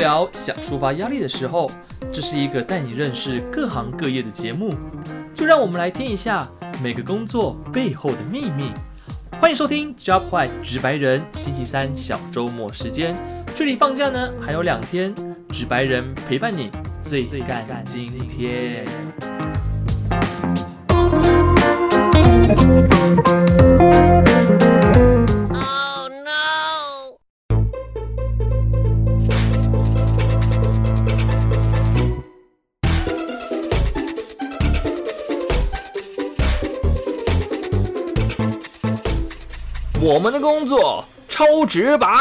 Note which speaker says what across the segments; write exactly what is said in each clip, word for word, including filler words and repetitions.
Speaker 1: 聊，想抒发压力的时候，这是一个带你认识各行各业的节目。就让我们来听一下每个工作背后的秘密。欢迎收听 Job White 直白人，星期三小周末时间，距离放假呢还有两天，直白人陪伴你最干今天。我们的工作超直白。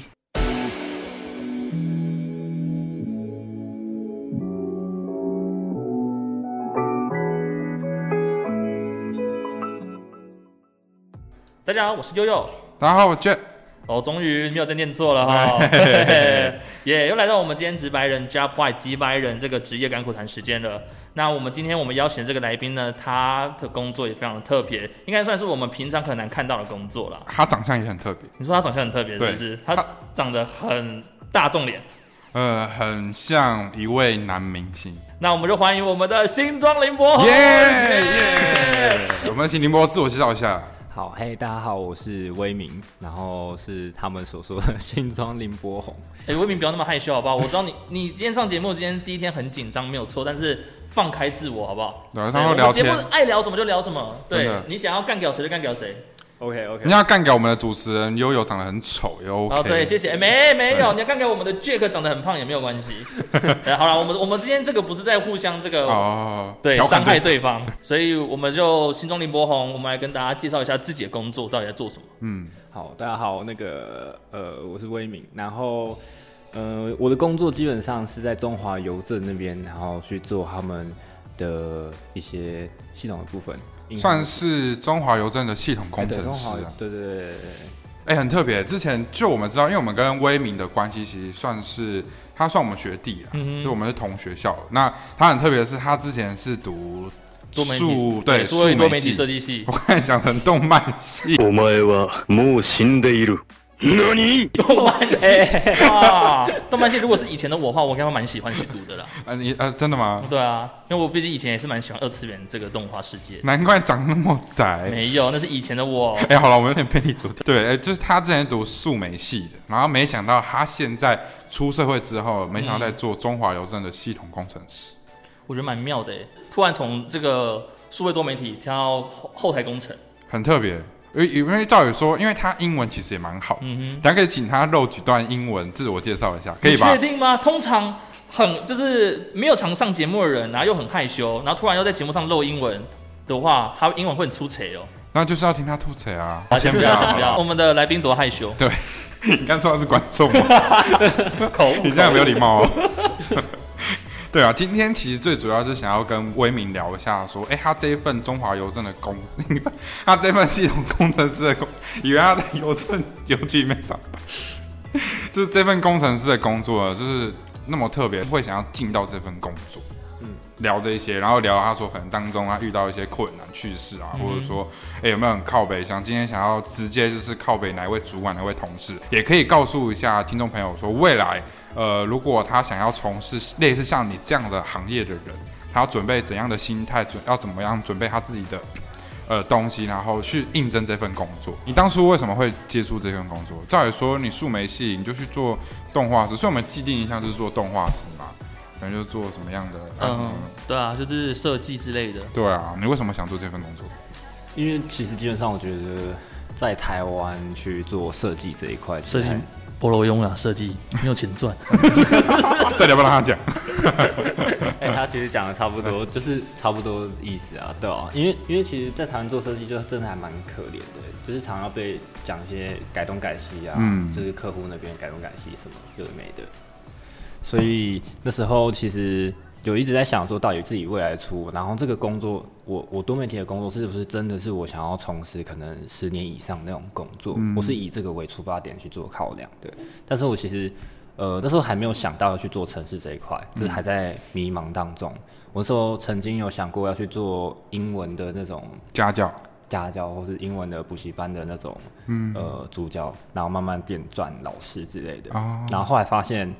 Speaker 1: 大家好，我是悠悠。
Speaker 2: 大家好，我 Jet。
Speaker 1: 哦，终于没有再念错了哈！耶，又来到我们今天直白人 Job White 直白人这个职业甘苦谈时间了。那我们今天我们邀请的这个来宾呢，他的工作也非常的特别，应该算是我们平常很难看到的工作啦。
Speaker 2: 他长相也很特别。
Speaker 1: 你说他长相很特别，是不是？他长得很大众脸，
Speaker 2: 呃，很像一位男明星。
Speaker 1: 那我们就欢迎我们的新庄林柏宏。
Speaker 2: 耶耶！我们请林柏自我介绍一下。
Speaker 3: 好，嘿，大家好，我是威明，然后是他们所说的新庄林柏宏。
Speaker 1: 哎、欸，威明不要那么害羞好不好？我知道你，你今天上节目，今天第一天很紧张，没有错，但是放开自我好不好？
Speaker 2: 对，他会聊天。
Speaker 1: 节目爱聊什么就聊什么，对，你想要干掉谁就干掉谁。
Speaker 3: OK OK，
Speaker 2: 你要干掉我们的主持人悠悠长得很丑也 OK。
Speaker 1: 哦，对，谢谢。欸、没没有，你要干掉我们的 Jack 长得很胖也没有关系。好了，我们我们之间这个不是在互相这个哦，对，伤害对方，所以我们就新庄林柏宏，我们来跟大家介绍一下自己的工作到底在做什么。
Speaker 3: 嗯，好，大家好，那个呃，我是威明，然后呃，我的工作基本上是在中华邮政那边，然后去做他们的一些系统的部分。
Speaker 2: 算是中华邮政的系统工程师啊，
Speaker 3: 对对对对，
Speaker 2: 哎、欸，很特别。之前就我们知道，因为我们跟威明的关系其实算是他算我们学弟啦，嗯、所以我们是同学校。那他很特别的是，他之前是读
Speaker 1: 多媒体，
Speaker 2: 对，
Speaker 1: 数位多媒体设计系。
Speaker 2: 我刚才想成动漫系。
Speaker 4: お前はもう死んでいる。何？
Speaker 1: 动漫系、欸、哇！动漫系如果是以前的我的话，我应该会蛮喜欢去读的啦。
Speaker 2: 啊，你呃，真的吗？
Speaker 1: 对啊，因为我毕竟以前也是蛮喜欢二次元这个动画世界。
Speaker 2: 难怪长那么窄。
Speaker 1: 没有，那是以前的我。
Speaker 2: 哎、欸，好了，我们有点偏离主题。对，哎、欸，就是他之前读数媒系的，然后没想到他现在出社会之后，没想到在做中华邮政的系统工程师。
Speaker 1: 嗯、我觉得蛮妙的，突然从这个数位多媒体跳到后后台工程，
Speaker 2: 很特别。因为照理说，因为他英文其实也蛮好，嗯哼，大家可以请他露几段英文自我介绍一下，可以吧？
Speaker 1: 你确定吗？通常很就是没有常上节目的人，然后又很害羞，然后突然又在节目上露英文的话，他英文会很出彩哦。
Speaker 2: 那就是要听他吐槽啊！
Speaker 1: 啊，先不要，先不要，我们的来宾多害羞。
Speaker 2: 对，你刚说他是观众吗？
Speaker 1: 口误，
Speaker 2: 你这样没有礼貌哦。对啊，今天其实最主要是想要跟威明聊一下，说，哎、欸，他这一份中华邮政的工，他这份系统工程师的工，以为他在邮政邮局里面上班，就是这份工程师的工作，就是那么特别，会想要进到这份工作，嗯，聊这一些，然后聊他说可能当中他遇到一些困难、趣事啊，嗯、或者说，哎、欸，有没有很靠北，想今天想要直接就是靠北哪一位主管、哪位同事，也可以告诉一下听众朋友说，未来。呃，如果他想要从事类似像你这样的行业的人，他要准备怎样的心态，准要怎么样准备他自己的呃东西，然后去应征这份工作。你当初为什么会接触这份工作？照理说你数媒系，你就去做动画师，所以我们既定印象就是做动画师嘛，可能就是做什么样的？
Speaker 1: 嗯，嗯对啊，就是设计之类的。
Speaker 2: 对啊，你为什么想做这份工作？
Speaker 3: 因为其实基本上我觉得在台湾去做设计这一块，
Speaker 1: 设计。菠萝用啦，设计没有钱赚。
Speaker 2: 对，要不要让他讲？
Speaker 3: 哎、欸，他其实讲的差不多，就是差不多意思啊，对啊，因为因为其实，在台湾做设计就真的还蛮可怜的，就是常常被讲一些改东改西啊，嗯，就是客户那边改东改西什么有的没的，所以那时候其实有一直在想说，到底自己未来出，然后这个工作，我我多媒体的工作是不是真的是我想要从事可能十年以上那种工作？嗯、我是以这个为出发点去做考量的。但是我其实呃那时候还没有想到要去做程式这一块，就是还在迷茫当中。我那时候曾经有想过要去做英文的那种
Speaker 2: 家教。
Speaker 3: 家教或是英文的补习班的那种，嗯、呃助教，然后慢慢变转老师之类的。哦、然后后来发现。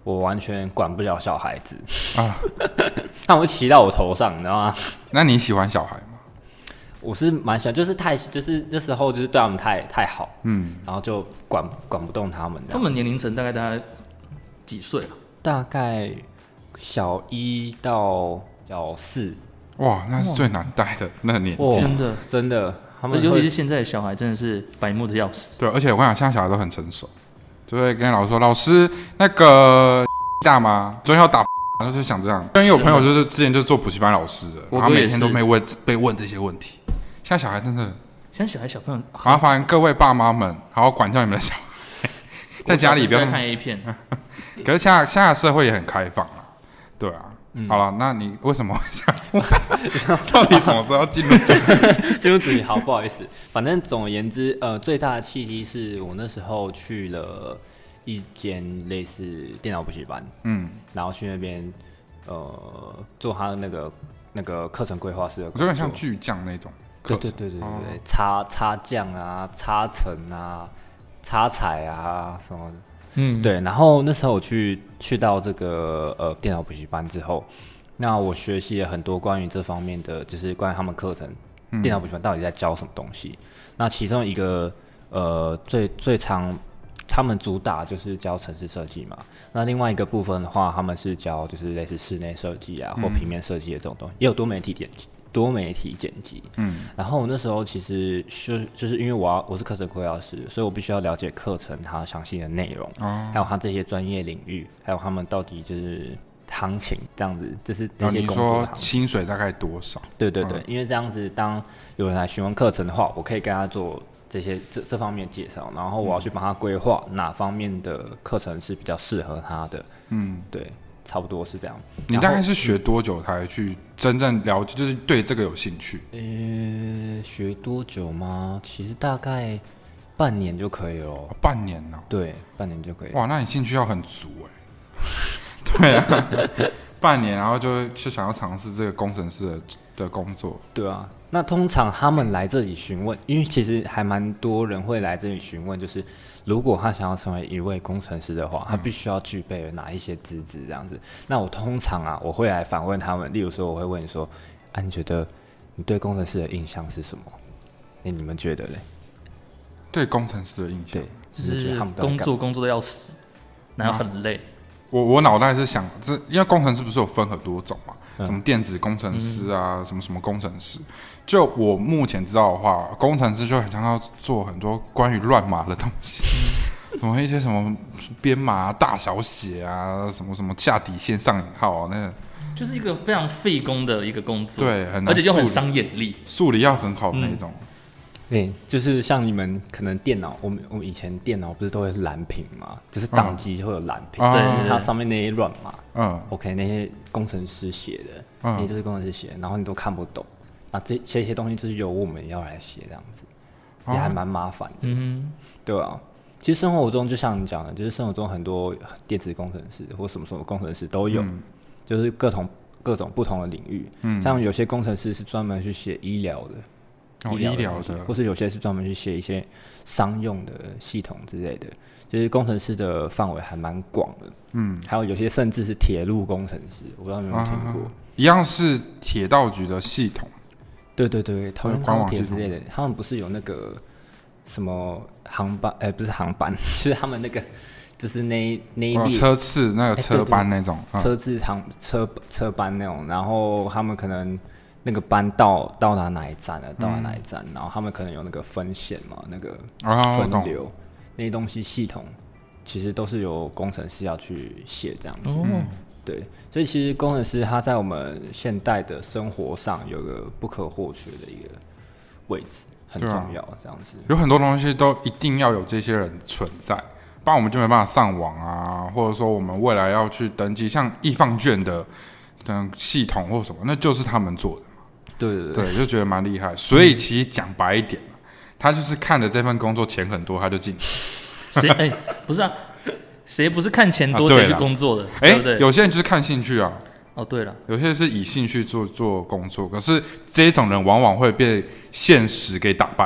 Speaker 3: 我完全管不了小孩子啊，他们会骑到我头上，你知道吗？
Speaker 2: 那你喜欢小孩吗？
Speaker 3: 我是蛮喜欢，就是太就是那时候就是对他们太太好，嗯，然后就管管不动他们。
Speaker 1: 他们年龄层大概大概几岁啊？
Speaker 3: 大概小一到小四。
Speaker 2: 哇，那是最难带的那个年纪，
Speaker 1: 哦、真的
Speaker 3: 真的，他们
Speaker 1: 尤其是现在的小孩真的是白目的要死。
Speaker 2: 对，而且我跟你讲，现在小孩都很成熟，就会跟老师说：“老师，那个大吗？昨天要打。”然后就想这样。因为有朋友就是之前就是做补习班老师的，然后每天都被问被问这些问题。现在小孩真的，
Speaker 1: 现在小孩小朋友，
Speaker 2: 麻烦各位爸妈们好好管教你们的小孩，在家里不要
Speaker 1: 看 A 片。
Speaker 2: 可是现在现在的社会也很开放啊，对啊。嗯、好了，那你为什么想？到底什么时候要进入主题？
Speaker 3: 进入主题，好，不好意思。反正总而言之，呃，最大的契机是我那时候去了一间类似电脑补习班，嗯，然后去那边呃做他的那个那个课程规划师的工作，
Speaker 2: 有点像巨匠那种。
Speaker 3: 对对对对对对，哦、插插匠啊，插层啊，插彩啊什么的。嗯，对，然后那时候我去去到这个呃电脑补习班之后，那我学习了很多关于这方面的，就是关于他们课程，嗯、电脑补习班到底在教什么东西。那其中一个呃最最常他们主打就是教程式设计嘛，那另外一个部分的话，他们是教就是类似室内设计啊、嗯、或平面设计的这种东西，也有多媒体剪辑。多媒体剪辑，嗯，然后我那时候其实就就是因为我要我是课程规划师，所以我必须要了解课程它详细的内容，哦，还有它这些专业领域，还有他们到底就是行情这样子，就是那些工作行情，
Speaker 2: 你说薪水大概多少？
Speaker 3: 对对对，嗯、因为这样子，当有人来询问课程的话，我可以跟他做这些这这方面介绍，然后我要去帮他规划哪方面的课程是比较适合他的，嗯，对。差不多是这样。
Speaker 2: 你大概是学多久才去真正了解，就是对这个有兴趣？
Speaker 3: 呃，学多久吗？其实大概半年就可以了。哦、
Speaker 2: 半年呢、哦？
Speaker 3: 对，半年就可以。
Speaker 2: 哇，那你兴趣要很足哎。对啊，半年，然后就就想要尝试这个工程师的的工作。
Speaker 3: 对啊，那通常他们来这里询问，因为其实还蛮多人会来这里询问，就是如果他想要成为一位工程师的话，他必须要具备哪一些资质这样子。那我通常啊，我会来反问他们，例如说，我会问你说，啊，你觉得你对工程师的印象是什么？欸、你们觉得嘞？
Speaker 2: 对工程师的印象，
Speaker 3: 对，
Speaker 1: 就是工作工作的要死，然后很累。
Speaker 2: 我我脑袋是想，这因为工程师不是有分很多种嘛，嗯、什么电子工程师啊，嗯、什么什么工程师。就我目前知道的话，工程师就很像要做很多关于乱码的东西，嗯、什么一些什么编码、大小写啊，什么什么下底线、上引号啊，那个
Speaker 1: 就是一个非常费工的一个工作，
Speaker 2: 对，很
Speaker 1: 而且又很伤眼力，
Speaker 2: 数理要很好的那种。嗯
Speaker 3: 对，就是像你们可能电脑，我们我们以前电脑不是都会是蓝屏嘛，就是宕机会有蓝屏，
Speaker 2: 嗯、
Speaker 3: 对，因为它上面那些乱码，
Speaker 2: 嗯
Speaker 3: ，OK， 那些工程师写的，嗯，那些就是工程师写的，然后你都看不懂，啊，这这些东西就是由我们要来写这样子，也还蛮麻烦的，嗯，对啊。其实生活中就像你讲的，就是生活中很多电子工程师或什么什么工程师都有，嗯、就是各种各种不同的领域，嗯，像有些工程师是专门去写医疗的。
Speaker 2: 哦、医疗的，
Speaker 3: 或是有些是专门去写一些商用的系统之类的，就是工程师的范围还蛮广的。嗯，还有有些甚至是铁路工程师，我不知道你有没有听过。啊、
Speaker 2: 一样是铁道局的系统。
Speaker 3: 对对对，桃园高铁之类的，他们不是有那个什么航班？哎、欸，不是航班，就是他们那个就是那那一列、哦、
Speaker 2: 车次那个车班那种，
Speaker 3: 欸、车次航车车班那种，然后他们可能。那个班到到达哪一站了？到达哪一站？嗯、然后他们可能有那个分线嘛，那个分流、哦、那些东西系统，其实都是由工程师要去写这样子。哦、对，所以其实工程师他在我们现代的生活上有个不可或缺的一个位置，很重要。这样子、
Speaker 2: 啊、有很多东西都一定要有这些人存在，不然我们就没办法上网啊，或者说我们未来要去登记，像易放券的等系统或什么，那就是他们做的。
Speaker 3: 对对 对,
Speaker 2: 对，就觉得蛮厉害。所以其实讲白一点，他就是看着这份工作钱很多，他就进。
Speaker 1: 谁哎、欸，不是啊，谁不是看钱多才去工作的？哎、啊，对不对？
Speaker 2: 有些人就是看兴趣啊。
Speaker 1: 哦，对了，
Speaker 2: 有些人是以兴趣做做工作，可是这种人往往会被现实给打败。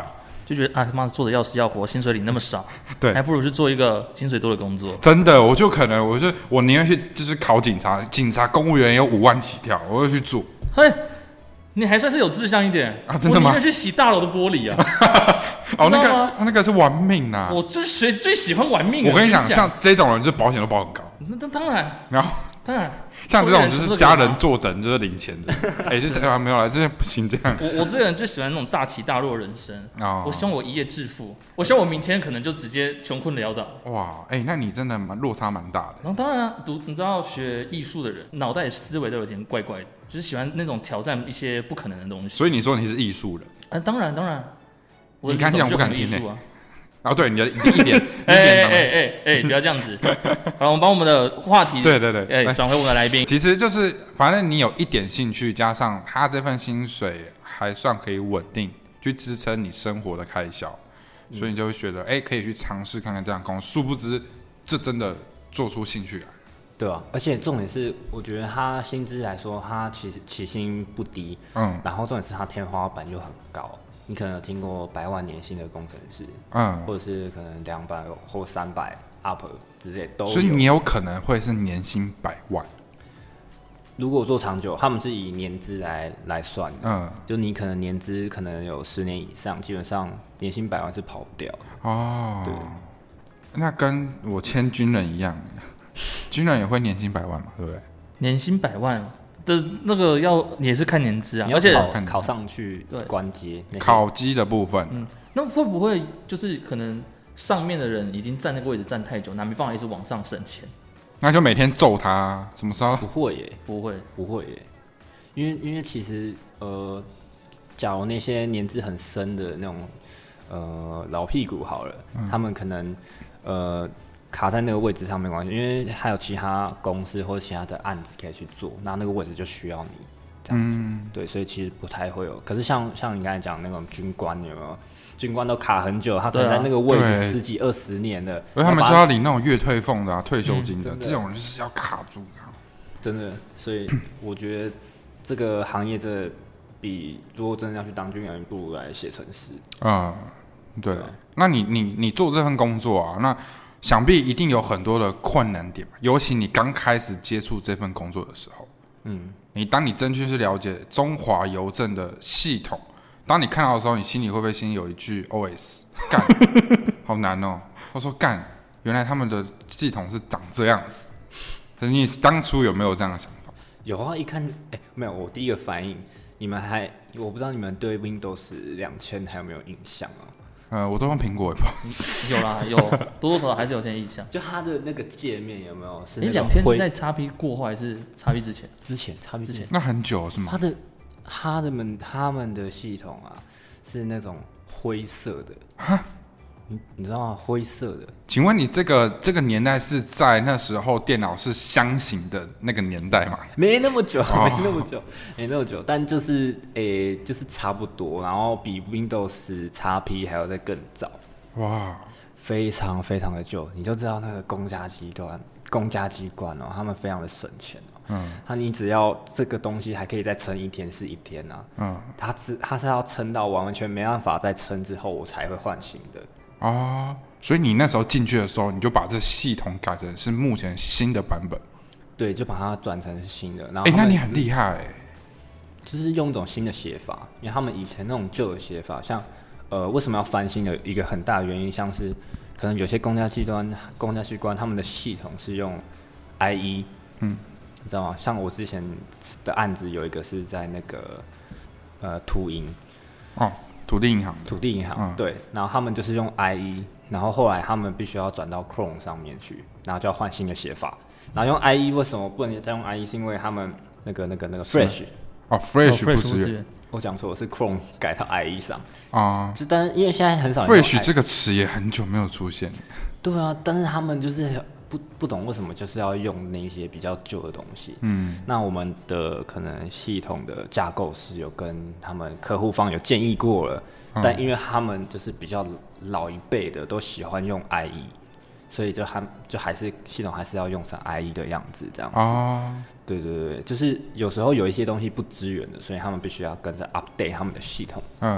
Speaker 1: 就觉得啊他妈做的要死要活，薪水领那么少，
Speaker 2: 对，
Speaker 1: 还不如去做一个薪水多的工作。
Speaker 2: 真的，我就可能我就我宁愿去就是考警察，警察公务员有五万起跳，我会去做。
Speaker 1: 嘿，你还算是有志向一点
Speaker 2: 啊？真的吗？
Speaker 1: 我宁愿去洗大楼的玻璃啊！
Speaker 2: 哦，那个那个是玩命啊！
Speaker 1: 我最最最喜欢玩命。
Speaker 2: 我跟你讲，像这种人，就保险都保很高。
Speaker 1: 那那当然，
Speaker 2: 然后
Speaker 1: 当然，
Speaker 2: 像这种就是家人坐等就是领钱的，哎、欸，就这样没有了，这不行这样。
Speaker 1: 我我这个人最喜欢那种大起大落的人生。哦，我希望我一夜致富，我希望我明天可能就直接穷困潦倒。
Speaker 2: 哇，哎、欸，那你真的蛮落差蛮大的。
Speaker 1: 然后当然啊，读你知道学艺术的人，脑袋思维都有点怪怪的，就是喜欢那种挑战一些不可能的东西。
Speaker 2: 所以你说你是艺术人？
Speaker 1: 啊，当然当然。
Speaker 2: 你刚讲不敢听
Speaker 1: 呢、欸。
Speaker 2: 哦，对，你的一点，
Speaker 1: 哎哎哎哎，不要这样子。好了，我们把我们的话题，
Speaker 2: 对对对，
Speaker 1: 哎、欸，转回我们的来宾。
Speaker 2: 其实就是，反正你有一点兴趣，加上他这份薪水还算可以稳定，去支撑你生活的开销，嗯、所以你就会觉得，哎、欸，可以去尝试看看这样工作。殊不知，这真的做出兴趣来。
Speaker 3: 对啊，而且重点是，我觉得他薪资来说，他其实起薪不低，嗯，然后重点是他天花板又很高。你可能有听过百万年薪的工程师，嗯，或者是可能两百或三百 up 之类都有，
Speaker 2: 所以你有可能会是年薪百万。
Speaker 3: 如果做长久，他们是以年资来来算的，嗯，就你可能年资可能有十年以上，基本上年薪百万是跑不掉的。哦，对，
Speaker 2: 那跟我签军人一样，军人也会年薪百万嘛，对不对？
Speaker 1: 年薪百万。的那个要也是看年资啊，而且
Speaker 3: 考考上去官阶，
Speaker 2: 考绩的部分，
Speaker 1: 嗯，那会不会就是可能上面的人已经站那个位置站太久，拿没办法一直往上升迁？
Speaker 2: 那就每天揍他，什么时候？
Speaker 3: 不会耶，
Speaker 1: 不会，
Speaker 3: 不会耶，因为因为其实呃，假如那些年资很深的那种呃老屁股好了，嗯、他们可能呃。卡在那个位置上没关系，因为还有其他公司或者其他的案子可以去做，那那个位置就需要你这样子，嗯、对，所以其实不太会有。可是像像你刚才讲那种军官有没有？军官都卡很久，他可能在那个位置十几二十年了，
Speaker 2: 所以他们就要领那种月退俸的、啊、退休金的，嗯、这种人就是要卡住的。
Speaker 3: 真的，所以我觉得这个行业真的比如果真的要去当军人，不如来写程式。
Speaker 2: 嗯，对。对那你你你做这份工作啊，那想必一定有很多的困难点吧，尤其你刚开始接触这份工作的时候，嗯，你当你真去了解中华邮政的系统，当你看到的时候，你心里会不会心里有一句 O S 干，好难哦？我说干，原来他们的系统是长这样子。你当初有没有这样的想法？
Speaker 3: 有啊，一看，哎、欸，没有，我第一个反应，你们还，我不知道你们对 Windows 两千还有没有印象啊？
Speaker 2: 呃，我都用苹果，不好意
Speaker 1: 思。有啦，有多多少少还是有点印象。
Speaker 3: 就它的那个界面有没有？是
Speaker 1: 你两天是在 X P 过后还是 X P 之前？
Speaker 3: 之前 X P 之前。
Speaker 2: 那很久是吗？
Speaker 3: 它的他的们他们的系统啊，是那种灰色的。哈，你你知道吗？灰色的。
Speaker 2: 请问你这个这个年代是在那时候电脑是箱型的那个年代吗？
Speaker 3: 没那么久，哦、没那么久，没那么久，但就是诶、欸，就是差不多，然后比 Windows X P 还要再更早。哇，非常非常的旧，你就知道那个公家机关、公家机关哦，他们非常的省钱哦。嗯，他你只要这个东西还可以再撑一天是一天啊。嗯，他只他是要撑到完全没办法再撑之后，我才会换新的。
Speaker 2: 哦，所以你那时候进去的时候，你就把这系统改成是目前新的版本。
Speaker 3: 对，就把它转成新的。然后，
Speaker 2: 哎、欸，那你很厉害哎、欸，
Speaker 3: 就是用一种新的写法，因为他们以前那种旧的写法，像呃为什么要翻新的一个很大的原因，像是可能有些公家机关、公家机关他们的系统是用 I E， 嗯，你知道吗？像我之前的案子有一个是在那个呃土银
Speaker 2: 哦。土地银行，
Speaker 3: 土地银行、嗯，对，然后他们就是用 I E， 然后后来他们必须要转到 Chrome 上面去，然后就要换新的写法。然后用 I E 为什么不能再用 I E？ 是因为他们那个那个那个 Flash，
Speaker 2: 哦 ，Flash 不支援，
Speaker 3: 我讲错，是 Chrome 改到 I E 上啊。就但因为现在很少
Speaker 2: Flash 这个词也很久没有出现。
Speaker 3: 对啊，但是他们就是不不懂为什么就是要用那些比较旧的东西。嗯，那我们的可能系统的架构师有跟他们客户方有建议过了，嗯、但因为他们就是比较老一辈的都喜欢用 I E， 所以就还就还是系统还是要用成 I E 的样子这样子。哦，对对对，就是有时候有一些东西不支援的，所以他们必须要跟着 update 他们的系统。
Speaker 2: 嗯，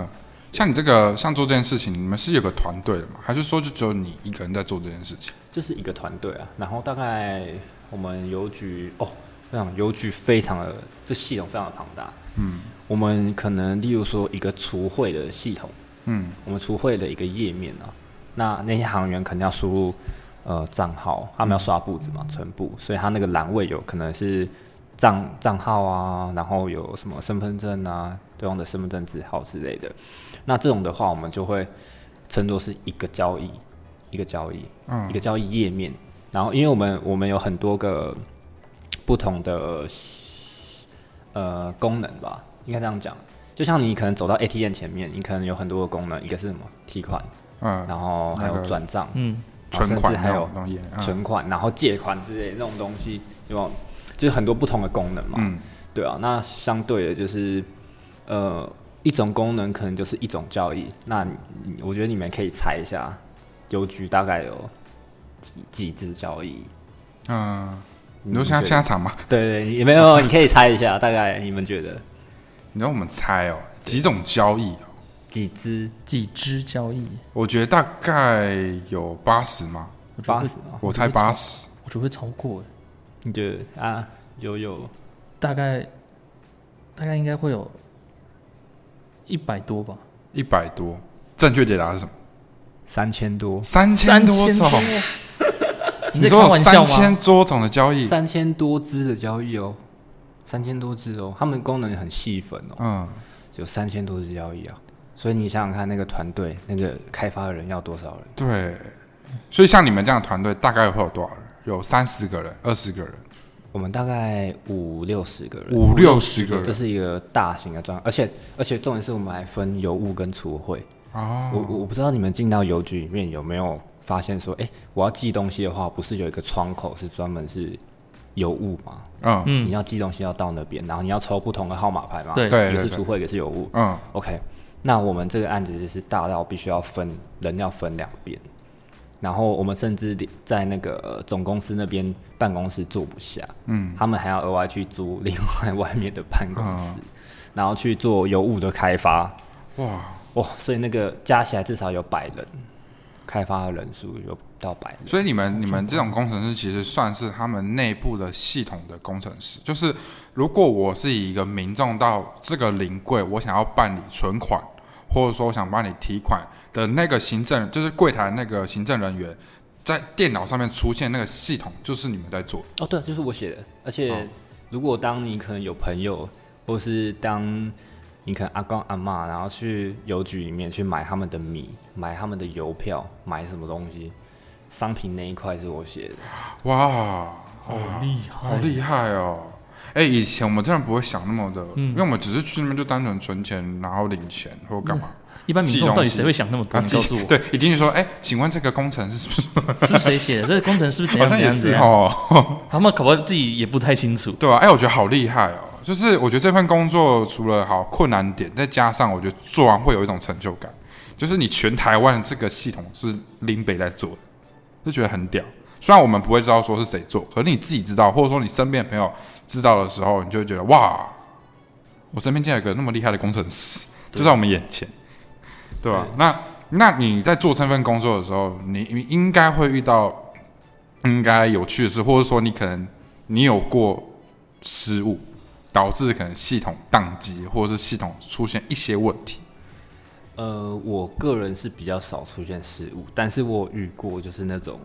Speaker 2: 像你这个像做这件事情，你们是有个团队的吗？还是说就只有你一个人在做这件事情？
Speaker 3: 就是一个团队啊，然后大概我们邮局哦，非常邮局非常的这系统非常的庞大。嗯，我们可能例如说一个储汇的系统，嗯，我们储汇的一个页面啊，那那些行员肯定要输入呃账号，他们要刷簿子嘛，存簿，所以他那个栏位有可能是账账号啊，然后有什么身份证啊，对方的身份证字号之类的。那这种的话，我们就会称作是一个交易，一个交易，嗯、一个交易页面。然后，因为我们我们有很多个不同的呃功能吧，应该这样讲。就像你可能走到 A T M 前面，你可能有很多个功能，一个是什么提款，嗯，然后还有转账，嗯，
Speaker 2: 存款，
Speaker 3: 还有存款，然后借款之类的那种东西，有没有？就是很多不同的功能嘛，嗯，对啊。那相对的，就是呃。一种功能可能就是一种交易，那我觉得你们可以猜一下，邮局大概有几几只交易？
Speaker 2: 嗯，你说现在现在场吗？
Speaker 3: 对对，也没有，你可以猜一下，大概你们觉得？
Speaker 2: 你让我们猜哦，几种交易？
Speaker 3: 几只？
Speaker 1: 几只交易？
Speaker 2: 我觉得大概有八十吗？
Speaker 3: 八十吗？
Speaker 2: 我猜八十，
Speaker 1: 我觉得会超过。
Speaker 3: 你觉得啊？有有，
Speaker 1: 大概大概应该会有。一百多吧，
Speaker 2: 一百多，正确解答是什么？
Speaker 3: 三千多，
Speaker 2: 三千多种。你说有三千多种的交易，
Speaker 3: 三千多只的交易哦，三千多只哦，他们功能很细分哦，嗯，有三千多只交易啊，所以你想想看，那个团队，那个开发的人要多少人？
Speaker 2: 对，所以像你们这样的团队，大概会有多少人？有三十个人，二十个人。
Speaker 3: 我们大概五六十个人，
Speaker 2: 五六十个人，
Speaker 3: 这是一个大型的专案，而且而且重点是我们还分邮务跟储汇。哦，我我不知道你们进到邮局里面有没有发现说，哎、欸，我要寄东西的话，不是有一个窗口是专门是邮务吗？嗯，你要寄东西要到那边，然后你要抽不同的号码牌嘛，
Speaker 1: 对，
Speaker 3: 一个是储汇，一个是邮务。嗯 ，OK， 那我们这个案子就是大到必须要分人要分两边。然后我们甚至在那个总公司那边办公室坐不下，嗯，他们还要额外去租另外外面的办公室，嗯、然后去做邮务的开发，哇哇，所以那个加起来至少有百人，开发的人数有到百人。
Speaker 2: 所以你们你们这种工程师其实算是他们内部的系统的工程师，就是如果我是以一个民众到这个临柜，我想要办理存款，或者说我想帮你提款。的那个行政就是柜台那个行政人员，在电脑上面出现那个系统，就是你们在做
Speaker 3: 哦，对，就是我写的。而且，如果当你可能有朋友，或是当你可能阿公阿嬷，然后去邮局里面去买他们的米，买他们的邮票，买什么东西，商品那一块是我写的。
Speaker 2: 哇，
Speaker 1: 好厉害，
Speaker 2: 好厉害哦！哎、欸，以前我们真的不会想那么的，嗯、因为我们只是去那边就单纯存钱，然后领钱或干嘛。嗯
Speaker 1: 一般民众到底谁会想那么多？你告诉我。
Speaker 2: 对，一进去说，哎、欸，请问这个工程是是不是？
Speaker 1: 是不是谁写的？这个工程是不是怎样怎样怎样？
Speaker 2: 哦，
Speaker 1: 他们搞不好自己也不太清楚。
Speaker 2: 对啊，哎、欸，我觉得好厉害哦！就是我觉得这份工作除了好困难点，再加上我觉得做完会有一种成就感，就是你全台湾的这个系统是林北在做的，就觉得很屌。虽然我们不会知道说是谁做，可是你自己知道，或者说你身边的朋友知道的时候，你就会觉得哇，我身边竟然有个那么厉害的工程师，就在我们眼前。对吧？那那你在做这份工作的时候，你你应该会遇到应该有趣的事，或者说你可能你有过失误，导致可能系统宕机，或者是系统出现一些问题。
Speaker 3: 呃，我个人是比较少出现失误，但是我遇过就是那种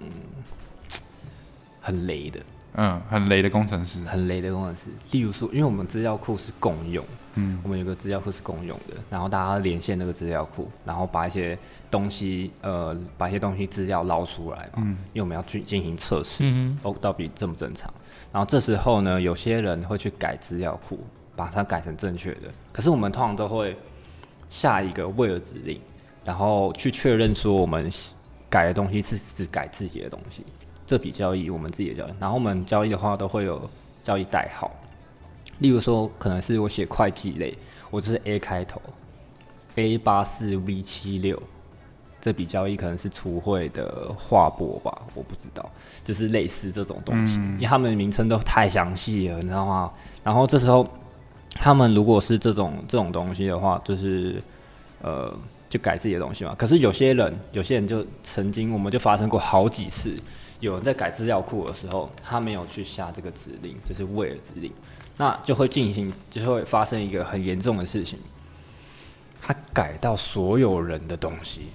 Speaker 3: 很雷的，
Speaker 2: 嗯，很雷的工程师，
Speaker 3: 很雷的工程师。例如说，因为我们资料库是共用。嗯，我们有个资料库是共用的，然后大家连线那个资料库，然后把一些东西，呃，把一些东西资料捞出来嘛，嗯，因为我们要去进行测试，嗯哦，到底正不正常。然后这时候呢，有些人会去改资料库，把它改成正确的。可是我们通常都会下一个 where 指令，然后去确认说我们改的东西是只改自己的东西，这笔交易我们自己的交易。然后我们交易的话都会有交易代号。例如说，可能是我写会计类，我就是 A 开头 ，A 八四 V 七六，这笔交易可能是储汇的划拨吧，我不知道，就是类似这种东西，嗯、因为他们的名称都太详细了，你知道吗？然后这时候他们如果是这种这种东西的话，就是呃， 就改自己的东西嘛。可是有些人，有些人就曾经，我们就发生过好几次，有人在改资料库的时候，他没有去下这个指令，就是为了指令，那就会进行，就会发生一个很严重的事情，他改到所有人的东西。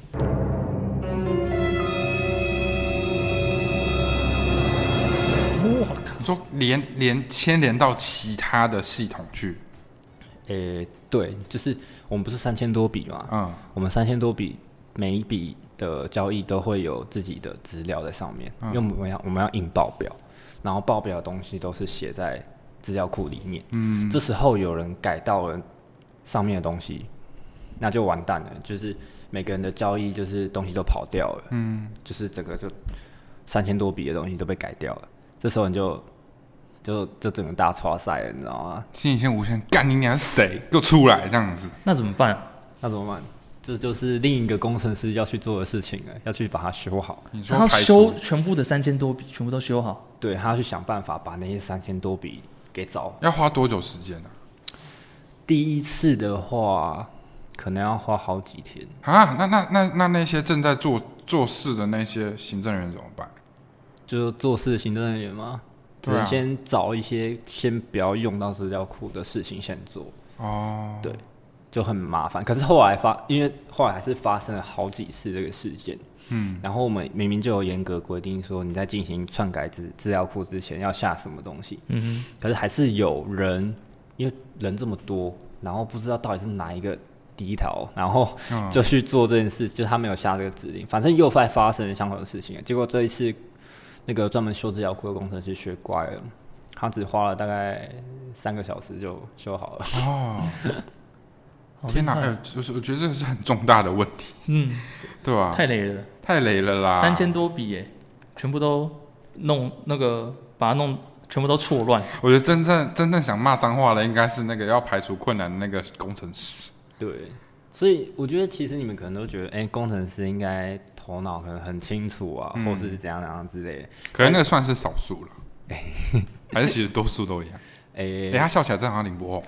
Speaker 2: 你说连连牵连到其他的系统去？
Speaker 3: 诶，对，就是我们不是三千多笔嘛，嗯，我们三千多笔，每一笔的交易都会有自己的资料在上面，嗯、因为我们要我们要印报表，然后报表的东西都是写在资料库里面，嗯，这时候有人改到了上面的东西，那就完蛋了，就是每个人的交易就是东西都跑掉了，嗯，就是整个就三千多笔的东西都被改掉了，这时候你就。就就整个大剉赛了，你知道吗？
Speaker 2: 心理线无限，干你娘是谁？给我出来这样子。
Speaker 1: 那怎么办？
Speaker 3: 那怎么办？这就是另一个工程师要去做的事情了，要去把它修好。
Speaker 2: 你说
Speaker 1: 他要修全部的三千多笔，全部都修好。
Speaker 3: 对，他要去想办法把那些三千多笔给找。
Speaker 2: 要花多久时间呢、啊？
Speaker 3: 第一次的话，可能要花好几天
Speaker 2: 啊。那那那那那些正在做做事的那些行政人员怎么办？
Speaker 3: 就做事的行政人员吗？只能先找一些先不要用到资料库的事情先做哦，对，就很麻烦。可是后来发，因为后来还是发生了好几次这个事件，嗯，然后我们明明就有严格规定说你在进行篡改资资料库之前要下什么东西，嗯哼，可是还是有人因为人这么多，然后不知道到底是哪一个第一条，然后就去做这件事，就是他没有下这个指令，反正又在发生相同的事情，结果这一次。那个专门修资料库的工程师学乖了，他只花了大概三个小时就修好了。哦，
Speaker 2: 天哪！哎，就是我觉得这是很重大的问题。嗯，对吧？
Speaker 1: 太雷了，
Speaker 2: 太雷了啦！
Speaker 1: 三千多笔耶，全部都弄那个，把它弄全部都错乱。
Speaker 2: 我觉得真正真正想骂脏话的，应该是那个要排除困难的那个工程师。
Speaker 3: 对，所以我觉得其实你们可能都觉得，哎、欸，工程师应该。头脑可能很清楚啊，嗯、或是怎样怎样之类的，
Speaker 2: 可能那个算是少数了，欸、还是其实多数都一样。哎、欸欸，他笑起来真好像林柏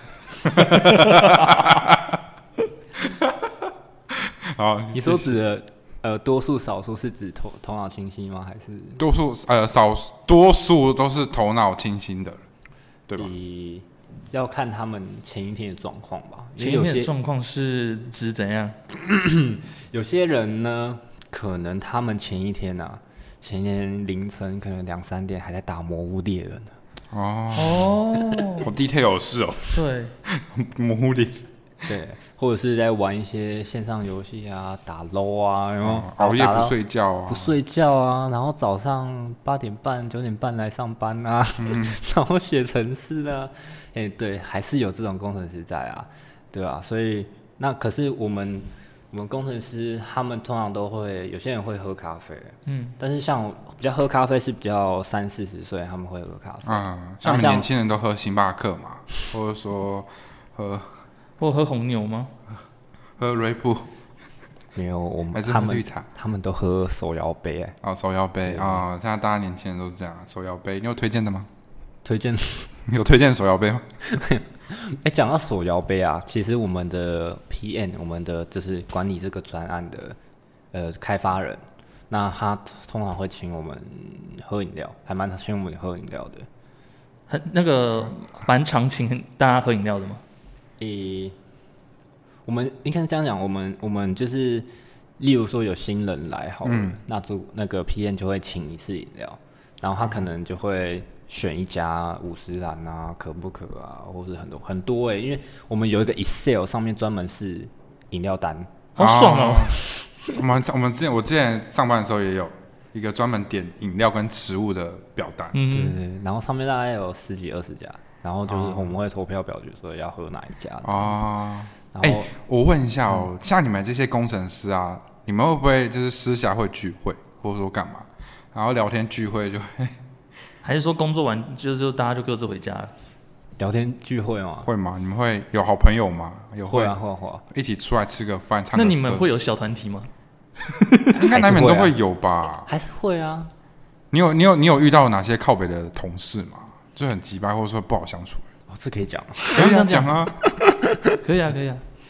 Speaker 2: 宏。
Speaker 3: 你说指的呃多数少数是指头头脑清晰吗？还是
Speaker 2: 多数呃少多数都是头脑清晰的，对吧？
Speaker 3: 要看他们前一天的状况吧。
Speaker 1: 前一天的状况是指怎样？
Speaker 3: 有些人呢。可能他们前一天啊，前一天凌晨可能两三点还在打魔物猎人呢。
Speaker 2: 哦哦，好 detail 是哦。
Speaker 1: 对，
Speaker 2: 魔物猎人。
Speaker 3: 对，或者是在玩一些线上游戏啊，打 low 啊，然后、哦、
Speaker 2: 熬夜不睡觉啊，
Speaker 3: 不睡觉啊，然后早上八点半、九点半来上班啊，嗯、然后写程式啊，哎、欸，对，还是有这种工程师在啊，对吧、啊？所以那可是我们。我们工程师他们通常都会，有些人会喝咖啡，嗯，但是像比较喝咖啡是比较三四十岁，他们会喝咖啡，
Speaker 2: 嗯，像我们年轻人都喝星巴克嘛，或者说喝，
Speaker 1: 或喝红牛吗？
Speaker 2: 喝瑞普，
Speaker 3: 没有，我们他们他们都喝手摇杯、欸，
Speaker 2: 哦，手摇杯啊、哦，现在大家年轻人都是这样，手摇杯，你有推荐的吗？
Speaker 3: 推荐，
Speaker 2: 你有推荐手摇杯吗？
Speaker 3: 哎，讲到手摇杯啊，其实我们的 P M， 我们的就是管理这个专案的呃开发人，那他通常会请我们喝饮料，还蛮请我们喝饮料的。
Speaker 1: 很那个蛮常请大家喝饮料的吗？
Speaker 3: 诶、欸，我们应该是这样讲，我们我们就是例如说有新人来好了，嗯、那主那个 P M 就会请一次饮料，然后他可能就会。选一家五十兰啊，可不可啊，或是很多很多哎、欸，因为我们有一个 Excel 上面专门是饮料单，
Speaker 1: 好爽哦！
Speaker 2: 我们我们之前我之前上班的时候也有一个专门点饮料跟食物的表单，
Speaker 3: 嗯，对对对，然后上面大概有十几二十家，然后就是我们会投票表决说要喝哪一家哦。
Speaker 2: 哎、欸，我问一下哦、喔，嗯、像你们这些工程师啊，你们会不会就是私下会聚会，或者说干嘛，然后聊天聚会就会？
Speaker 1: 还是说工作完就就大家就各自回家了？
Speaker 3: 聊天聚会吗？
Speaker 2: 会吗？你们会有好朋友吗？有会
Speaker 3: 会啊会啊会啊，
Speaker 2: 一起出来吃个饭，唱个歌。
Speaker 1: 那你们会有小团体吗？
Speaker 2: 应该难免都会有吧？
Speaker 3: 还是会啊。
Speaker 2: 你有你有你有遇到哪些靠北的同事吗？就很急掰或者说不好相处？
Speaker 3: 哦，这可以讲，
Speaker 2: 可以啊讲啊，
Speaker 1: 可以啊可以啊。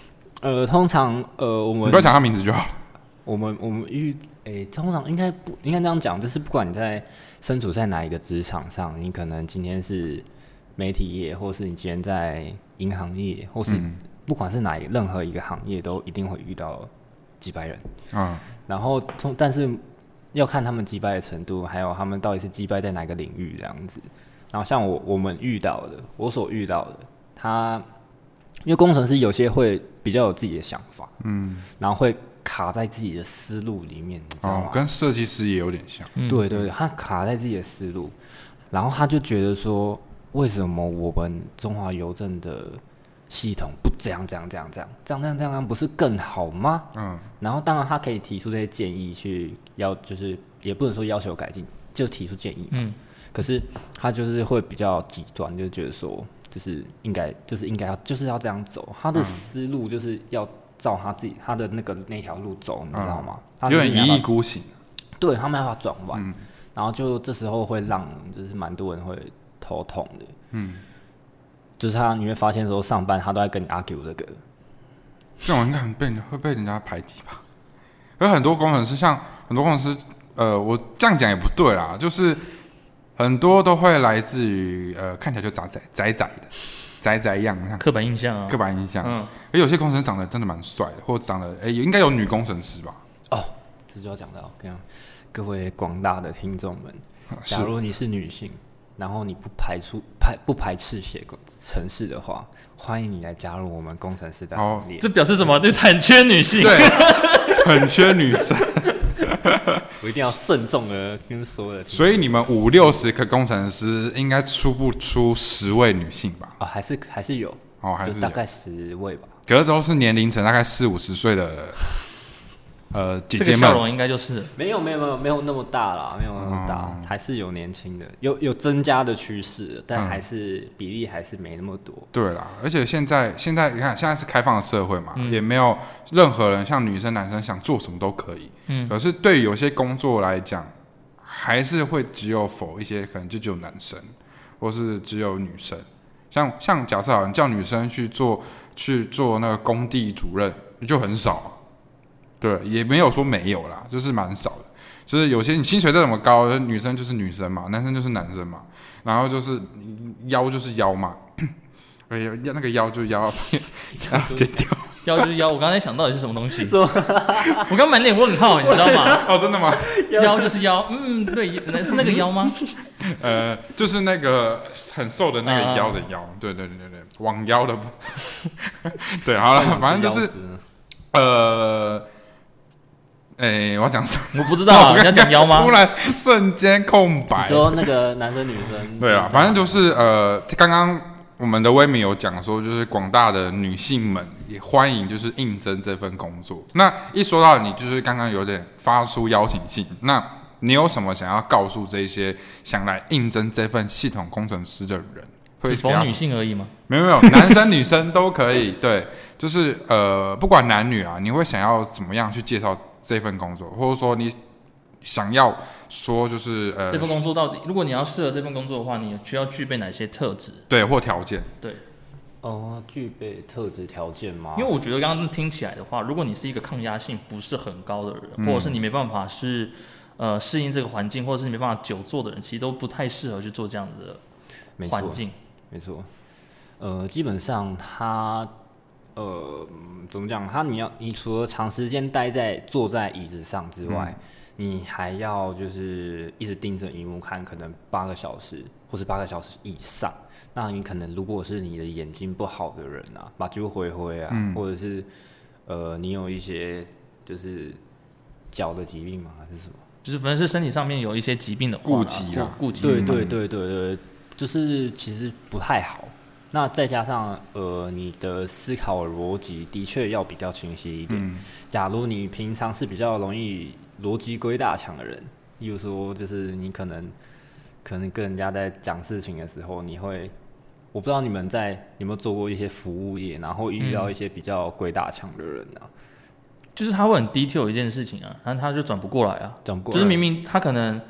Speaker 3: 呃，通常呃，我们
Speaker 2: 你不要讲他名字就好了。
Speaker 3: 我们我们遇诶，通常应该不应该这样讲，就是不管你在身处在哪一个职场上，你可能今天是媒体业，或是你今天在银行业，或是不管是哪一任何一个行业，都一定会遇到几百人。嗯，然后通但是要看他们击败的程度，还有他们到底是击败在哪个领域这样子。然后像我我们遇到的，我所遇到的，他因为工程师有些会比较有自己的想法，嗯，然后会卡在自己的思路里面，你知道吗？
Speaker 2: 哦，跟设计师也有点像。
Speaker 3: 嗯、对对对，他卡在自己的思路，然后他就觉得说，为什么我们中华邮政的系统不这样这样这样这样这样这样这样不是更好吗？嗯，然后当然他可以提出这些建议去要，就是也不能说要求改进，就提出建议。嗯，可是他就是会比较极端，就觉得说，就是应该，就是应该要，就是要这样走。他的思路就是要照他自己他的那个那条路走，你知道吗？
Speaker 2: 嗯、有点一意孤行。
Speaker 3: 对，他没办法转弯，嗯、然后就这时候会让就是蛮多人会头痛的。嗯。就是他，你会发现说上班他都在跟你 argue 这个，
Speaker 2: 这种应该很被会被人家排挤吧？有很多工程师，像很多工程师，呃，我这样讲也不对啦，就是很多都会来自于呃看起来就宅宅宅宅的宅宅样，
Speaker 1: 刻板印象啊，
Speaker 2: 刻板印象。嗯，而有些工程师长得真的蛮帅的，或者长得哎、欸，应该有女工程师吧？
Speaker 3: 哦，这就要讲到，跟各位广大的听众们，假如你是女性。然后你不排除排不排斥写程式的话，欢迎你来加入我们工程师的行列。
Speaker 1: 这表示什么？这很缺女性，
Speaker 2: 对，很缺女生。
Speaker 3: 我一定要慎重的跟所有的。
Speaker 2: 所以你们五六十个工程师，应该出不出十位女性吧？
Speaker 3: 哦，还是还是有，哦，还是有就大概十位吧。
Speaker 2: 可是都是年龄层大概四五十岁的。呃，姐姐们，这个
Speaker 1: 笑容应该就是
Speaker 3: 没有没有没有没有那么大啦，没有那么大，嗯、还是有年轻的，有有增加的趋势，但还是、嗯、比例还是没那么多。
Speaker 2: 对啦，而且现在现在你看，现在是开放的社会嘛，嗯、也没有任何人像女生男生想做什么都可以。嗯，可是对于有些工作来讲，还是会只有否一些可能就只有男生，或是只有女生。像像假设好像叫女生去做去做那个工地主任，就很少、啊。对，也没有说没有啦，就是蛮少的。就是有些你薪水再怎么高，女生就是女生嘛，男生就是男生嘛，然后就是腰就是腰嘛，哎呀，那个腰就是腰，要剪掉。
Speaker 1: 腰就是腰，我刚才想到底是什么东西？我刚满脸问号，你知道吗？
Speaker 2: 哦，真的吗？
Speaker 1: 腰就是腰，嗯，对，是那个腰吗？
Speaker 2: 呃，就是那个很瘦的那个腰的腰，啊、对对对对对，网腰的。对，好了，反正就是呃。哎、欸，我要讲什么？
Speaker 1: 我不知道、啊，你要讲腰吗？
Speaker 2: 突然瞬间空白。
Speaker 3: 你说那个男生女生？
Speaker 2: 对啊，反正就是呃，刚刚我们的威明有讲说，就是广大的女性们也欢迎就是应征这份工作。那一说到你，就是刚刚有点发出邀请信，那你有什么想要告诉这些想来应征这份系统工程师的人？
Speaker 1: 只否女性而已吗？
Speaker 2: 没有没有，男生女生都可以。对，就是呃，不管男女啊，你会想要怎么样去介绍这份工作，或者说你想要说就是呃，
Speaker 1: 这份工作到底，如果你要适合这份工作的话，你需要具备哪些特质？
Speaker 2: 对，或条件？
Speaker 1: 对，
Speaker 3: 哦，具备特质条件吗？
Speaker 1: 因为我觉得刚刚听起来的话，如果你是一个抗压性不是很高的人，嗯、或者是你没办法是呃适应这个环境，或者是你没办法久坐的人，其实都不太适合去做这样的环境。
Speaker 3: 没错，呃，基本上他。呃，怎么讲？他你要，你除了长时间待在坐在椅子上之外，嗯、你还要就是一直盯着荧幕看，可能八个小时或是八个小时以上。那你可能如果是你的眼睛不好的人啊，把酒灰灰啊，嗯、或者是呃，你有一些就是脚的疾病吗？还是什么？
Speaker 1: 就是反正是身体上面有一些疾病的
Speaker 2: 顾忌啊，
Speaker 1: 顾忌。
Speaker 3: 对对对对对，就是其实不太好。那再加上呃，你的思考逻辑的确要比较清晰一点。嗯、假如你平常是比较容易逻辑归大强的人，例如说，就是你可能可能跟人家在讲事情的时候，你会，我不知道你们在有没有做过一些服务业，然后遇到一些比较归大强的人啊，嗯、
Speaker 1: 就是他会很 detail 一件事情啊，但他就转不过来啊，
Speaker 3: 转不过来，
Speaker 1: 就是明明他可能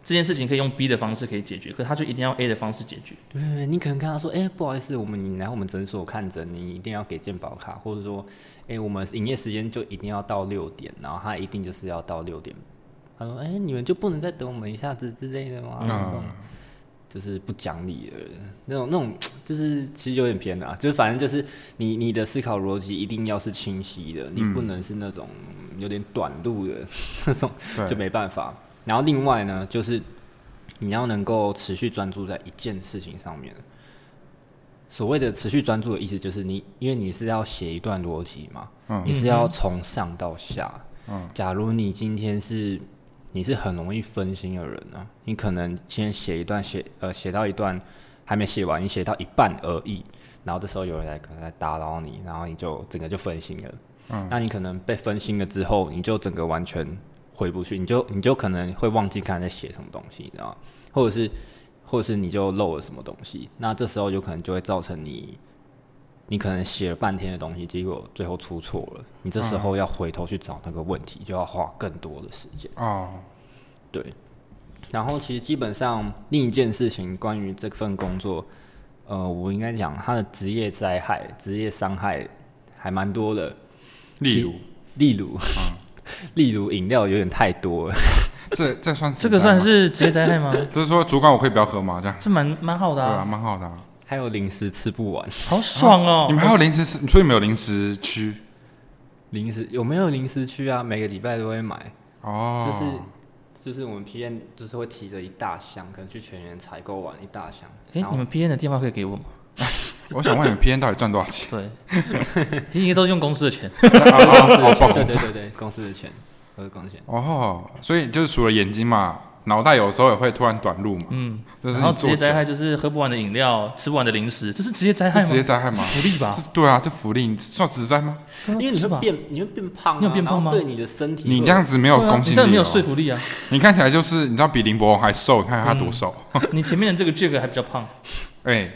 Speaker 1: 这件事情可以用 B 的方式可以解决，可是他就一定要 A 的方式解决。
Speaker 3: 对，你可能跟他说，哎、欸，不好意思，我们你来我们诊所看诊，你一定要给健保卡，或者说，哎、欸，我们营业时间就一定要到六点，然后他一定就是要到六点。他说，哎、欸，你们就不能再等我们一下子之类的吗？那、嗯、种就是不讲理的那种，那种就是其实有点偏啊，就是反正就是你你的思考逻辑一定要是清晰的，你不能是那种有点短路的那种，就没办法。然后另外呢，就是你要能够持续专注在一件事情上面。所谓的持续专注的意思，就是你因为你是要写一段逻辑嘛、嗯，你是要从上到下。嗯，假如你今天是你是很容易分心的人呢、啊，你可能今天写一段写呃写到一段还没写完，你写到一半而已，然后这时候有人来可能来打扰你，然后你就整个就分心了。嗯，那你可能被分心了之后，你就整个完全回不去，你就你就可能会忘记看在写什么东西，你知道吗？或者是或者是你就漏了什么东西，那这时候有可能就会造成你你可能写了半天的东西，结果最后出错了，你这时候要回头去找那个问题，就要花更多的时间。哦，对。然后其实基本上另一件事情，关于这份工作，呃，我应该讲它的职业灾害、职业伤害还蛮多的。
Speaker 2: 例如，
Speaker 3: 例如，嗯、例如饮料有点太多了。
Speaker 2: 这这算
Speaker 1: 这个算是职业灾害吗？
Speaker 2: 就是说，主管我可以不要喝吗？这样
Speaker 1: 这蛮蛮好的啊，
Speaker 2: 对啊，蛮好的、啊。
Speaker 3: 还有零食吃不完，
Speaker 1: 好爽哦！
Speaker 2: 啊、你们还有零食吃，所以没有零食区？
Speaker 3: 零食有没有零食区啊？每个礼拜都会买哦。就是就是我们 P M 就是会提着一大箱，可能去全联采购完一大箱。
Speaker 1: 哎、欸，你们 P M 的电话可以给我吗？
Speaker 2: 我想问你们 P M 到底赚多少钱？
Speaker 1: 对，其实应该都是用公司的钱。
Speaker 3: 对对对对，公司的钱都是公司的钱。
Speaker 2: 哦，所以就是除了眼睛嘛。脑袋有时候也会突然短路嘛，嗯，就是、
Speaker 1: 然后职业灾害就是喝不完的饮料，吃不完的零食，这是职业灾害吗？
Speaker 2: 职业灾害吗？
Speaker 1: 福利吧？
Speaker 2: 对啊，这福利算职灾吗？
Speaker 3: 因为你会变，你会变胖、啊，
Speaker 1: 你有变胖吗？
Speaker 3: 对你的身体，
Speaker 2: 你这样子没有公信力、哦啊，
Speaker 1: 你这样没有说服力啊！
Speaker 2: 你看起来就是你知道比林柏宏还瘦，你看他多瘦。
Speaker 1: 嗯、你前面的这个 Jack 还比较胖，
Speaker 2: 哎、欸。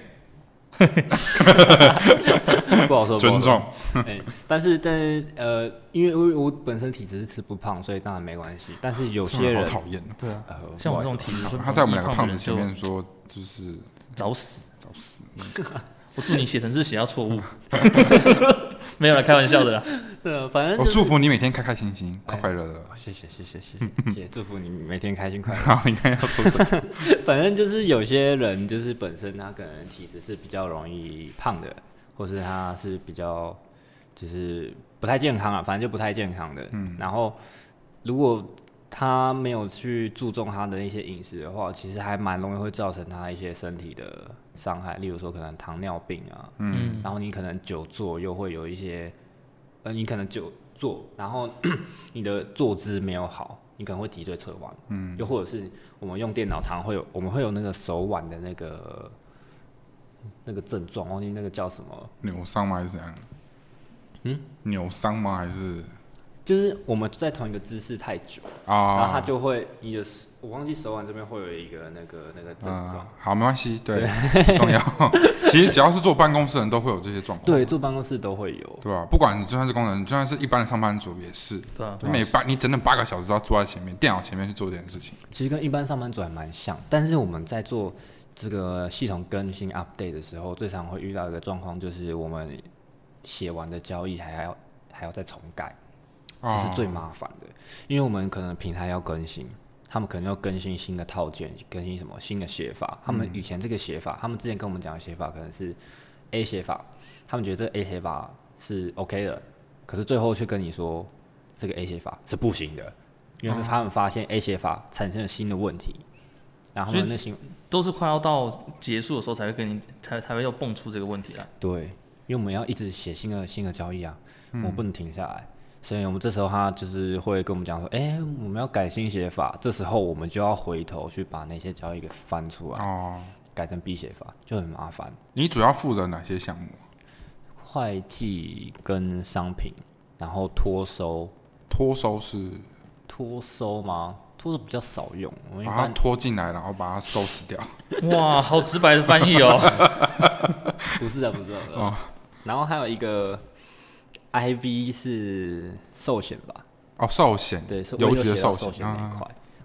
Speaker 3: 不好说，
Speaker 2: 尊重。
Speaker 3: 欸、但是，但是，呃，因为我我本身体质是吃不胖，所以当然没关系。但是有些人
Speaker 2: 好讨厌，
Speaker 1: 对啊，呃、像我这种体质，
Speaker 2: 他在我们两个胖子前面说，就是
Speaker 1: 找死，
Speaker 2: 找死。
Speaker 1: 我祝你写程式写到错误，没有啦，开玩笑的啦。
Speaker 3: 对啊，反正、
Speaker 2: 就是、我祝福你每天开开心心、快快乐乐。
Speaker 3: 谢谢谢谢谢谢谢谢，祝福你每天开心快乐。
Speaker 2: 好，你看要说什么？
Speaker 3: 反正就是有些人就是本身他可能体质是比较容易胖的，或是他是比较就是不太健康啊，反正就不太健康的。嗯，然后如果他没有去注重他的一些饮食的话，其实还蛮容易会造成他一些身体的伤害，例如说可能糖尿病啊，嗯，然后你可能久坐又会有一些，呃，你可能久坐，然后你的坐姿没有好，你可能会脊椎侧弯，嗯，又或者是我们用电脑常会有，我们会有那个手腕的那个那个症状，忘记那个叫什么，
Speaker 2: 扭伤吗还是怎样？嗯，扭伤吗还是？
Speaker 3: 就是我们在同一个姿势太久，哦、然后它就会你的我忘记手腕这边会有一个那个那个症状、呃。
Speaker 2: 好，没关系，对，不重要。其实只要是坐办公室的人都会有这些状况。
Speaker 3: 对，坐办公室都会有，
Speaker 2: 对吧、啊？不管你就算是工人，就算是一般的上班族也是。对啊。每八你整整八个小时都要坐在前面电脑前面去做这件事情。
Speaker 3: 其实跟一般上班族还蛮像，但是我们在做这个系统更新 update 的时候，最常会遇到一个状况，就是我们写完的交易还要还要再重改。这是最麻烦的，因为我们可能平台要更新，他们可能要更新新的套件，更新什么新的写法。他们以前这个写法，他们之前跟我们讲的写法可能是 A 写法，他们觉得这个 A 写法是 OK 的，可是最后却跟你说这个 A 写法是不行的，因为他们发现 A 写法产生了新的问题，然后他们那新
Speaker 1: 都是快要到结束的时候才会跟你才才会要蹦出这个问题来。
Speaker 3: 对，因为我们要一直写新的新的交易啊，我们不能停下来。所以我们这时候他就是会跟我们讲说，哎、欸，我们要改新写法，这时候我们就要回头去把那些交易给翻出来，哦，改成 B 写法，就很麻烦。
Speaker 2: 你主要负责哪些项目？
Speaker 3: 会计跟商品，然后托收。
Speaker 2: 托收是
Speaker 3: 托收吗？托收比较少用，我们一般
Speaker 2: 把它拖进来，然后把它收拾掉。
Speaker 1: 哇，好直白的翻译哦。
Speaker 3: 不是啊，不是啊。哦、然后还有一个。I V 是寿险吧？
Speaker 2: 哦，寿险，
Speaker 3: 对，
Speaker 2: 邮局的寿
Speaker 3: 险那一块、嗯，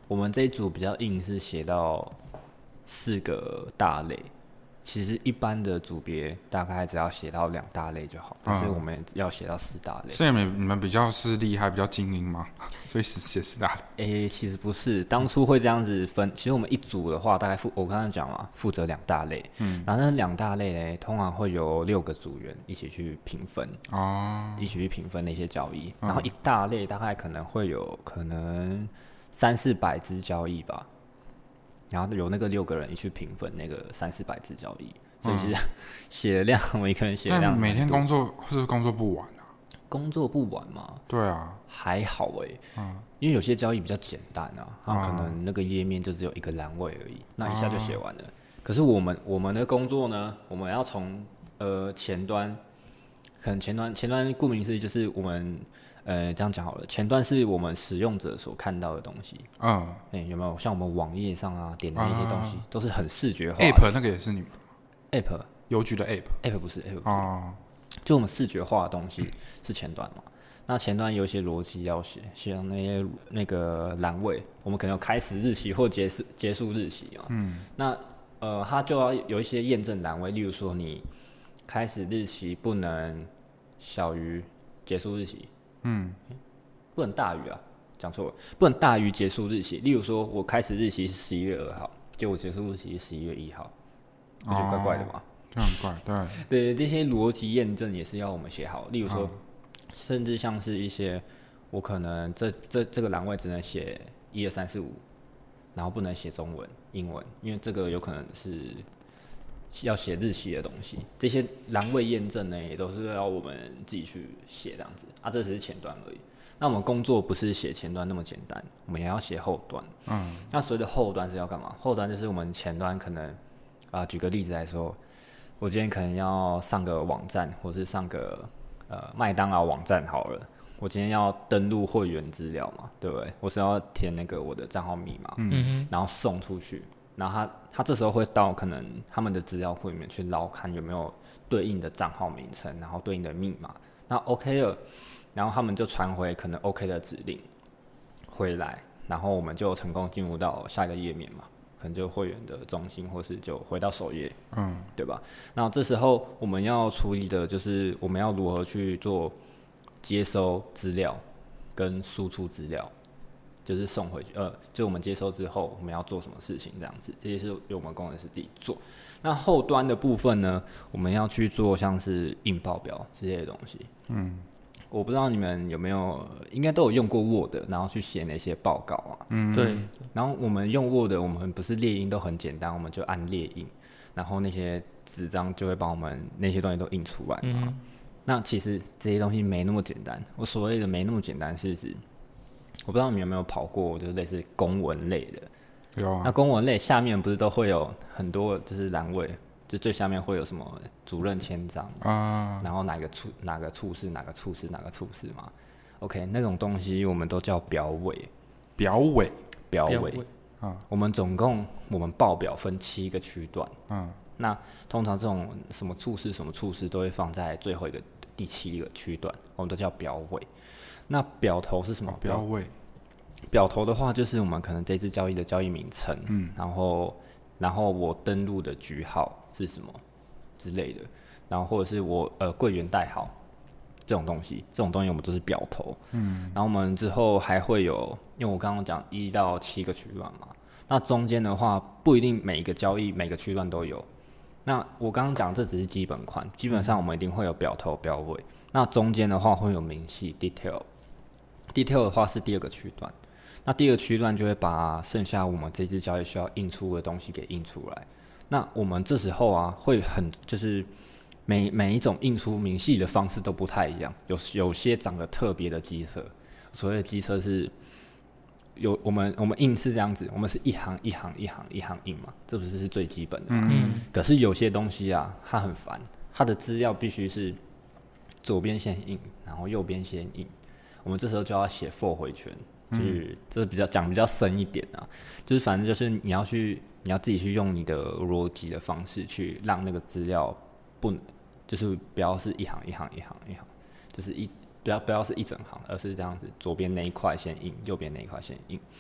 Speaker 3: 我们这一组比较硬，是写到四个大类。其实一般的组别大概只要写到两大类就好，但是我们要写到四大类。
Speaker 2: 所以你们你们比较是厉害，比较精英吗？所以写四大类？
Speaker 3: 诶、欸，其实不是，当初会这样子分。其实我们一组的话，大概负我刚才讲嘛，负责两大类。嗯，然后那两大类呢，通常会有六个组员一起去评分哦，一起去评分那些交易。嗯、然后一大类大概可能会有可能三四百只交易吧。然后有那个六个人一起评分那个三四百只交易，所以是写、嗯、量，我一个人写量。
Speaker 2: 但每天工作是不是工作不完啊？
Speaker 3: 工作不完吗？
Speaker 2: 对啊，
Speaker 3: 还好哎、欸，嗯，因为有些交易比较简单啊，它可能那个页面就只有一个栏位而已，那一下就写完了。嗯、可是我们我们的工作呢，我们要从呃前端，可能前端前端顾名思义就是我们。呃，这样讲好了，前端是我们使用者所看到的东西。嗯，哎、欸，有没有像我们网页上啊点的那些东西，啊、都是很视觉化的。
Speaker 2: App 那个也是你们
Speaker 3: ？App
Speaker 2: 邮局的 App？App
Speaker 3: 不是 ，App 不是。哦，就我们视觉化的东西是前端嘛？那前端有一些逻辑要写，像那些那个栏位，我们可能有开始日期或结束结束日期啊。嗯。那呃，它就要有一些验证栏位，例如说你开始日期不能小于结束日期。嗯，不能大于啊，讲错了，不能大于结束日期。例如说，我开始日期是十一月二号，结果结束日期是十一月一号，不觉得怪怪的吗？
Speaker 2: 这很怪，对。
Speaker 3: 对，这些逻辑验证也是要我们写好。例如说，嗯、甚至像是一些，我可能这这这个栏位只能写一二三四五，然后不能写中文、英文，因为这个有可能是要写日期的东西。这些栏位验证呢，也都是要我们自己去写这样子啊，这只是前端而已。那我们工作不是写前端那么简单，我们也要写后端。嗯，那所谓的后端是要干嘛？后端就是我们前端可能啊、呃，举个例子来说，我今天可能要上个网站，或是上个呃麦当劳网站好了。我今天要登录会员资料嘛，对不对？我是要填那个我的账号密码，嗯，然后送出去。然后他他这时候会到可能他们的资料库里面去捞看有没有对应的账号名称，然后对应的密码。那 OK 了，然后他们就传回可能 OK 的指令回来，然后我们就成功进入到下一个页面嘛，可能就会员的中心，或是就回到首页，嗯，对吧？那这时候我们要处理的就是我们要如何去做接收资料跟输出资料。就是送回去，呃，就我们接收之后，我们要做什么事情这样子，这些是由我们工程师自己做。那后端的部分呢，我们要去做像是印报表之类的东西。嗯，我不知道你们有没有，应该都有用过 Word， 然后去写那些报告啊。嗯，对。然后我们用 Word， 我们不是列印都很简单，我们就按列印，然后那些纸张就会帮我们那些东西都印出来嘛。嗯、那其实这些东西没那么简单。我所谓的没那么简单，是指我不知道你们有没有跑过，就是类似公文类的。
Speaker 2: 有啊。
Speaker 3: 那公文类下面不是都会有很多就是栏位，就最下面会有什么主任签章啊，然后哪个处哪个处室哪个处室哪个处室嘛。OK， 那种东西我们都叫表尾。
Speaker 2: 表尾。
Speaker 3: 表尾。啊。我们总共我们报表分七个区段。嗯。那通常这种什么处室什么处室都会放在最后一个第七个区段，我们都叫表尾。那表头是什么？
Speaker 2: 哦、表尾。
Speaker 3: 表头的话，就是我们可能这支交易的交易名称，嗯，然后然后我登录的局号是什么之类的，然后或者是我呃柜员代号这种东西，这种东西我们都是表头，嗯，然后我们之后还会有，因为我刚刚讲一到七个区段嘛，那中间的话不一定每一个交易每个区段都有，那我刚刚讲这只是基本款，基本上我们一定会有表头表尾，那中间的话会有明细 detail。detail 的话是第二个区段，那第二个区段就会把剩下我们这支交易需要印出的东西给印出来。那我们这时候啊，会很就是每每一种印出明细的方式都不太一样，有有些长得特别的机车，所谓的机车是有我们我们印是这样子，我们是一行一行一行一行印嘛，这不是是最基本的嘛？嗯。可是有些东西啊，它很烦，它的资料必须是左边先印，然后右边先印。我们这时候就要写 for 回圈，就是这比较讲比较深一点啊，就是反正就是你要去，你要自己去用你的逻辑的方式去让那个资料不，就是不要是一行一行一行一行，就是一不要不要是一整行，而是这样子，左边那一块先印，右边那一块先印。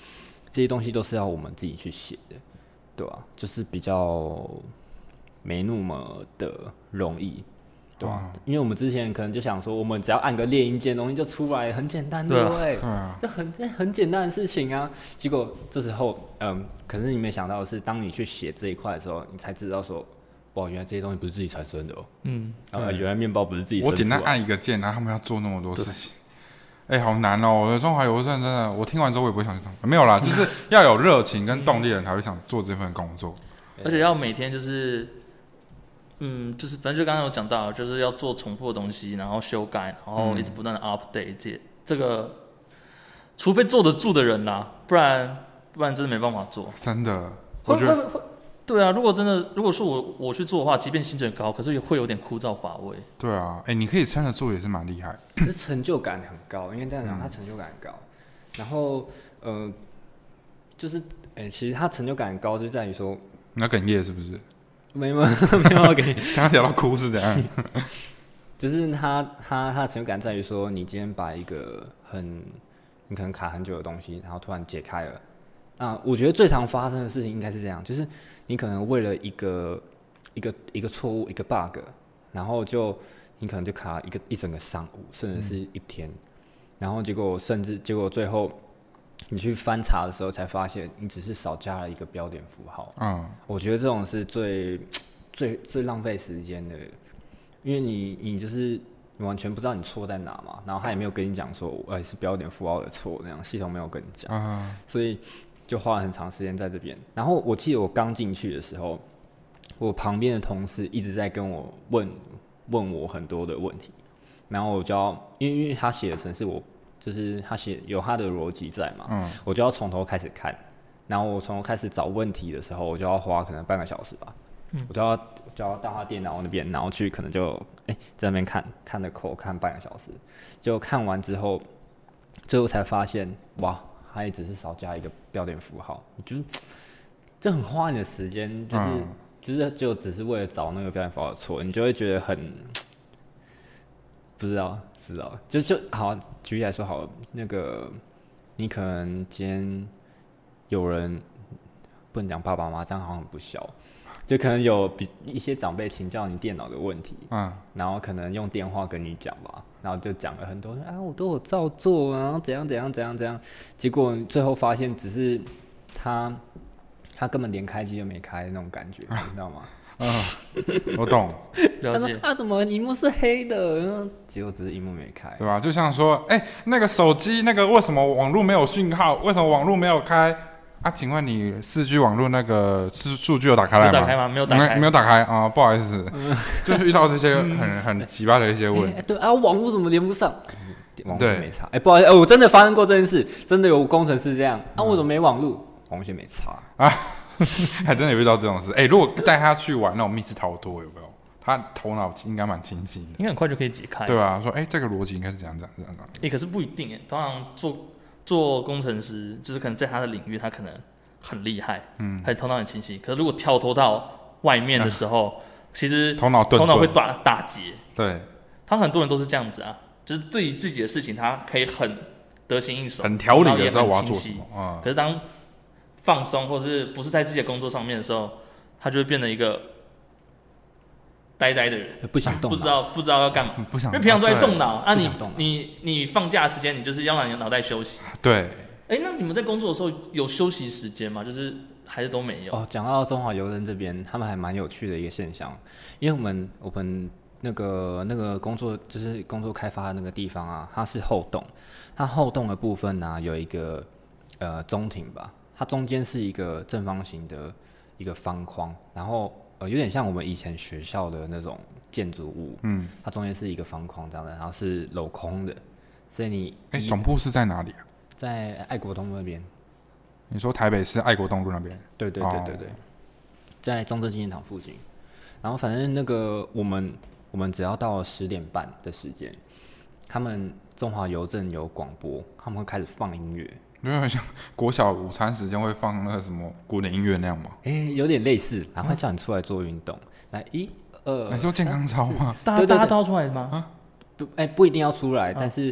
Speaker 3: 这些东西都是要我们自己去写的，对吧、啊？就是比较没那么的容易。对啊，因为我们之前可能就想说，我们只要按个列印键，东西就出来，很简单，对不对？对啊，这很很简单的事情啊。结果这时候，嗯，可是你没想到的是，当你去写这一块的时候，你才知道说，哇，原来这些东西不是自己产生的哦。嗯，啊，原来面包不是自己生出来的。
Speaker 2: 我简单按一个键，然后他们要做那么多事情，哎、欸，好难哦！我的中华邮政真的，我听完之后我也不会想去上班。没有啦，就是要有热情跟动力的人才会想做这份工作，
Speaker 1: 而且要每天就是。嗯，就是反正就刚刚有讲到，就是要做重复的东西，然后修改，然后一直不断的 update 这这个，除非坐得住的人啦，不然不然真的没办法做。
Speaker 2: 真的，我觉得
Speaker 1: 对啊，如果真的如果说我我去做的话，即便薪水高，可是也会有点枯燥乏味。
Speaker 2: 对啊，哎、欸，你可以撑得住也是蛮厉害，
Speaker 3: 可是成就感很高，因为这样讲，他成就感很高。然后呃，就是哎、欸，其实他成就感很高，就在于说
Speaker 2: 你要哽咽是不是？
Speaker 3: 没有没有给你，
Speaker 2: 想要聊到哭是怎样？
Speaker 3: 就是他他他的成就感在于说，你今天把一个很你可能卡很久的东西，然后突然解开了。那我觉得最常发生的事情应该是这样，就是你可能为了一个一个一个错误一个 bug， 然后就你可能就卡一个一整个上午，甚至是一天，嗯、然后结果甚至结果最后。你去翻查的时候，才发现你只是少加了一个标点符号。嗯，我觉得这种是最最最浪费时间的，因为你你就是你完全不知道你错在哪嘛，然后他也没有跟你讲说，哎、欸、是标点符号的错，那样系统没有跟你讲，嗯、所以就花了很长时间在这边。然后我记得我刚进去的时候，我旁边的同事一直在跟我问问我很多的问题，然后我就要因为因为他写的程式我。就是他写有他的逻辑在嘛，嗯，我就要从头开始看，然后我从头开始找问题的时候，我就要花可能半个小时吧，嗯，我就要就要到他电脑那边，然后去可能就哎、欸、在那边看看的口看半个小时，结果看完之后，最后才发现哇，他也只是少加一个标点符号，就是这很花你的时间，就是、嗯、就是就只是为了找那个标点符号的错，你就会觉得很不知道。知道，就就好。举例来说好了，那个你可能今天有人不能讲爸爸妈妈，这样好像很不孝。就可能有比一些长辈请教你电脑的问题，嗯，然后可能用电话跟你讲吧，然后就讲了很多啊，我都有照做，然后怎样怎样怎样怎样，结果最后发现只是他他根本连开机都没开那种感觉，你知道吗？
Speaker 2: 嗯，我懂。
Speaker 1: 了解。
Speaker 3: 他、啊、怎么萤幕是黑的？结果只是萤幕没开，
Speaker 2: 对吧？就像说，哎、欸，那个手机那个为什么网络没有讯号？为什么网络没有开？啊，请问你四 G 网络那个数据有打开来吗？
Speaker 1: 有打开吗？没有打开，
Speaker 2: 没有打开啊，不好意思，嗯、就是遇到这些很很奇葩的一些问题。
Speaker 3: 欸、对啊，网络怎么连不上？网络没插。哎、欸，不好意思，我真的发生过这件事，真的有工程师这样啊，我怎么没网络？网线没插啊。
Speaker 2: 还真的有遇到这种事，哎、欸，如果带他去玩那种密室逃脱，有没有？他头脑应该蛮清晰的，
Speaker 1: 应该很快就可以解开。
Speaker 2: 对啊，说哎、欸，这个逻辑应该是这样这样这样这样。
Speaker 1: 哎、欸，可是不一定哎，通常做做工程师，就是可能在他的领域，他可能很厉害，嗯，很头脑很清晰。可是如果跳脱到外面的时候，啊、其实
Speaker 2: 头脑
Speaker 1: 头脑会打打结。
Speaker 2: 对，
Speaker 1: 他很多人都是这样子啊，就是对于自己的事情，他可以很得心应手，
Speaker 2: 很条理的知道我要做什么。嗯、
Speaker 1: 可是当放松或者是不是在自己的工作上面的时候，他就会变成一个呆呆的人，
Speaker 3: 不想动，
Speaker 1: 不知道不知道要干嘛，
Speaker 2: 不想，
Speaker 1: 因为平常都在动脑啊你。你你你放假的时间，你就是要让你的脑袋休息。
Speaker 2: 对。
Speaker 1: 哎、欸，那你们在工作的时候有休息时间吗？就是还是都没有？
Speaker 3: 哦，讲到中华邮政这边，他们还蛮有趣的一个现象，因为我们我们那个那个工作就是工作开发的那个地方啊，它是后洞，它后洞的部分呢、啊、有一个呃中庭吧。它中间是一个正方形的一个方框，然后呃有点像我们以前学校的那种建筑物，嗯，它中间是一个方框这样的，然后是镂空的，所以你
Speaker 2: 哎、欸、总部是在哪里啊？
Speaker 3: 在爱国东路那边。
Speaker 2: 你说台北市爱国东路那边？
Speaker 3: 对对对对对，哦、在中正纪念堂附近。然后反正那个我们我们只要到了十点半的时间，他们中华邮政有广播，他们会开始放音乐。
Speaker 2: 因为像国小午餐时间会放那个什么古典音乐那样吗？
Speaker 3: 哎、欸，有点类似，然后会叫你出来做运动。来，一、二，
Speaker 2: 你说健康操吗？
Speaker 1: 大家大家都要出来吗？
Speaker 3: 不，哎、欸，不一定要出来，啊、但是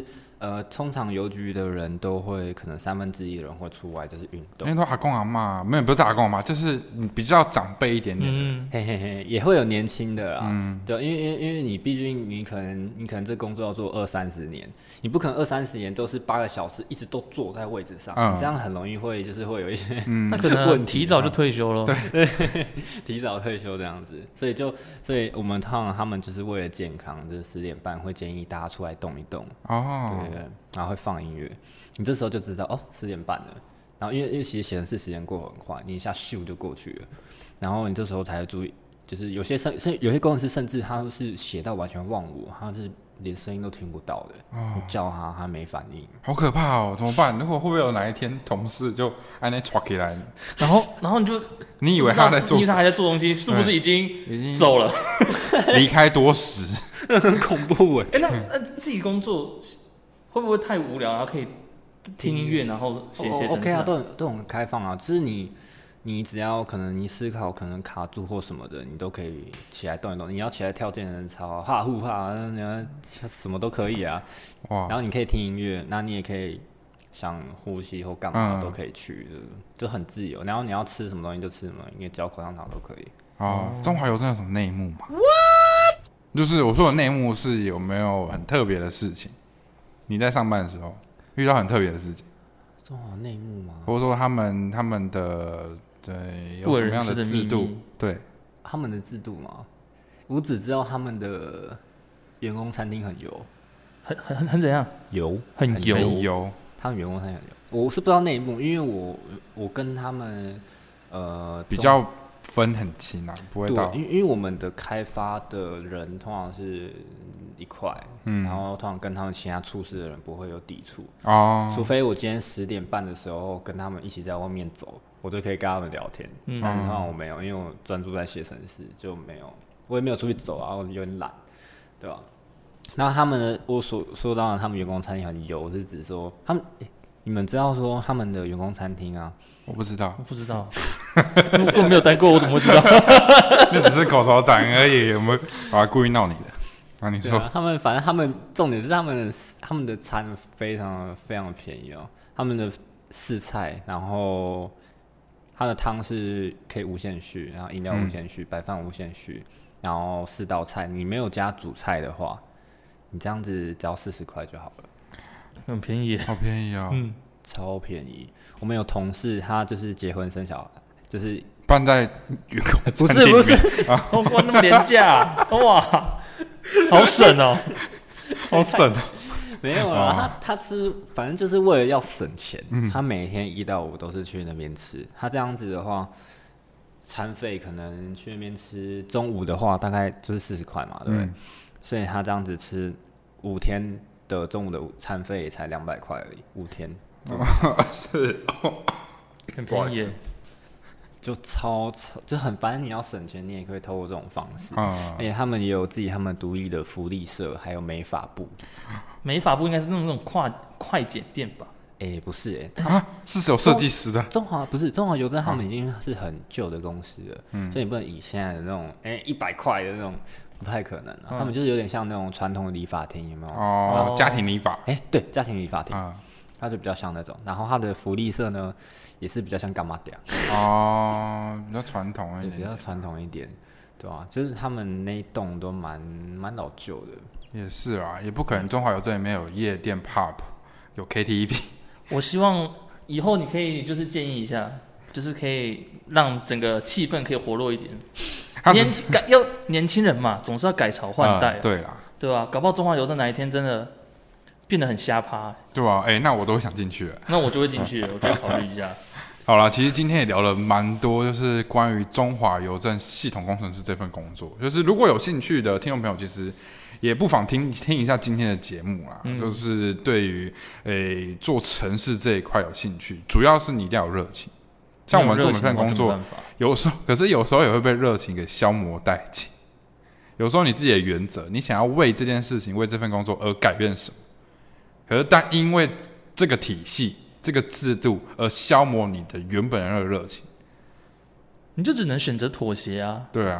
Speaker 3: 呃，通常邮局的人都会，可能三分之一的人会出外，就是运动。
Speaker 2: 因为都阿公阿嬷，没有不是阿公阿嬷，就是比较长辈一点点的，
Speaker 3: 嗯，嘿嘿嘿，也会有年轻的啦。嗯，对，因为因为因为你毕竟你可能你可能这工作要做二三十年，你不可能二三十年都是八个小时一直都坐在位置上，嗯、这样很容易会就是会有一些
Speaker 1: 嗯，他可能提早就退休了，
Speaker 3: 对，提早退休这样子，所以就所以我们通常他们就是为了健康，就是十点半会建议大家出来动一动。哦，对。然后会放音乐，你这时候就知道哦，十点半了。然后因为因为其实显示时间过很快，你一下咻就过去了。然后你这时候才会注意，就是有些甚甚有些工程师甚至他是写到完全忘我，他是连声音都听不到的。哦，你叫他他没反应，
Speaker 2: 好可怕哦！怎么办？如果会不会有哪一天同事就按那抓起来，
Speaker 1: 然后然后你就
Speaker 2: 你以为他在做，
Speaker 1: 因为他还在做东西，是不是已经已经走了？
Speaker 2: 离开多时，
Speaker 3: 很恐怖哎！
Speaker 1: 哎，那那自己工作会不会太无聊？然后可以听音乐，然后写写程式。
Speaker 3: OK 啊，都都很开放啊。就是你，你只要可能你思考可能卡住或什么的，你都可以起来动一动。你要起来跳健身操，哈呼哈，你要什么都可以啊。哇！然后你可以听音乐，那你也可以想呼吸或干嘛、嗯、都可以去，就很自由。然后你要吃什么东西就吃什么，你嚼口香糖都可以。
Speaker 2: 哦，中华邮政有什么内幕吗 ？What？ 就是我说的内幕是有没有很特别的事情？你在上班的时候遇到很特别的事情，
Speaker 3: 中华内幕吗？
Speaker 2: 或者说他们他们的对有什么样的制度？对，
Speaker 3: 他们的制度吗？我只知道他们的员工餐厅很油，
Speaker 1: 很很很怎样？
Speaker 3: 油，
Speaker 1: 很油，
Speaker 2: 很油。
Speaker 3: 他们员工餐厅很油，我是不知道内幕，因为我我跟他们呃
Speaker 2: 比较分很清啊，不会到。
Speaker 3: 对，因为因为我们的开发的人通常是一块，嗯，然后通常跟他们其他处事的人不会有抵触哦，除非我今天十点半的时候跟他们一起在外面走，我就可以跟他们聊天，嗯，但通常我没有，因为我专注在写程式，就没有，我也没有出去走啊，我有点懒，对吧？那他们的我所说到的他们员工餐厅很油，是指说他们、欸，你们知道说他们的员工餐厅啊？
Speaker 2: 我不知道，
Speaker 1: 我不知道，我根本没有待过，我怎么会知道？
Speaker 2: 那只是口头禅而已，有没有？我故意闹你的。啊，你说、
Speaker 3: 啊、他们反正他们重点是他们的他们的餐非常非常的便宜哦，他们的四菜，然后他的汤是可以无限续，然后饮料无限续，白饭无限续，然后四道菜，你没有加主菜的话，你这样子只要四十块就好了，
Speaker 1: 很便宜，
Speaker 2: 好便宜哦，
Speaker 3: 嗯，超便宜。我们有同事他就是结婚生小孩，就是
Speaker 2: 办在员工
Speaker 3: 不是不是
Speaker 1: 啊，哇那么廉价哇。好省哦，
Speaker 2: 好省哦！
Speaker 3: 没有啦，他他吃，反正就是为了要省钱，嗯、他每天一到五都是去那边吃。他这样子的话，餐费可能去那边吃，中午的话大概就是四十块嘛，对不对？嗯、所以他这样子吃五天的中午的餐费也才两百块而已，五天。
Speaker 2: 是哦，
Speaker 1: 很便宜。
Speaker 3: 就超超就很，反正你要省钱，你也可以透过这种方式。嗯、而且他们也有自己他们独立的福利社，还有美发部。
Speaker 1: 美发部应该是那种那种快快剪店吧？
Speaker 3: 哎、欸，不是哎、
Speaker 2: 欸，啊，是有设计师的。
Speaker 3: 中华不是中华邮政，他们已经是很旧的公司了，嗯、所以你不能以现在的那种哎一百块的那种，不太可能、啊。嗯、他们就是有点像那种传统的理发厅，有没有？
Speaker 2: 哦，家庭理发。
Speaker 3: 哎、欸，对，家庭理发厅，嗯、它就比较像那种。然后它的福利社呢？也是比较像干嘛店
Speaker 2: 哦，比较传统一点，
Speaker 3: 比较传统一点，对吧、啊？就是他们那一栋都蛮蛮老旧的。
Speaker 2: 也是啊，也不可能中华邮政里面有夜店 pub， 有 K T V。
Speaker 1: 我希望以后你可以就是建议一下，就是可以让整个气氛可以活络一点。年改要年轻人嘛，总是要改朝换代、啊
Speaker 2: 呃，对啦，
Speaker 1: 对吧、啊？搞不好中华邮政哪一天真的变得很瞎趴、欸，
Speaker 2: 对吧、啊？哎、欸，那我都会想进去了，
Speaker 1: 那我就会进去了，我就会考虑一下。
Speaker 2: 好啦，其实今天也聊了蛮多，就是关于中华邮政系统工程师这份工作。就是如果有兴趣的听众朋友，其实也不妨听听一下今天的节目啦。嗯、就是对于诶、欸、做程式这一块有兴趣，主要是你一定要有热情。像我们做每份工作，有时候可是有时候也会被热情给消磨殆尽。有时候你自己的原则，你想要为这件事情、为这份工作而改变什么，可是但因为这个体系。这个制度而消磨你的原本的热情，
Speaker 1: 你就只能选择妥协啊。
Speaker 2: 对啊，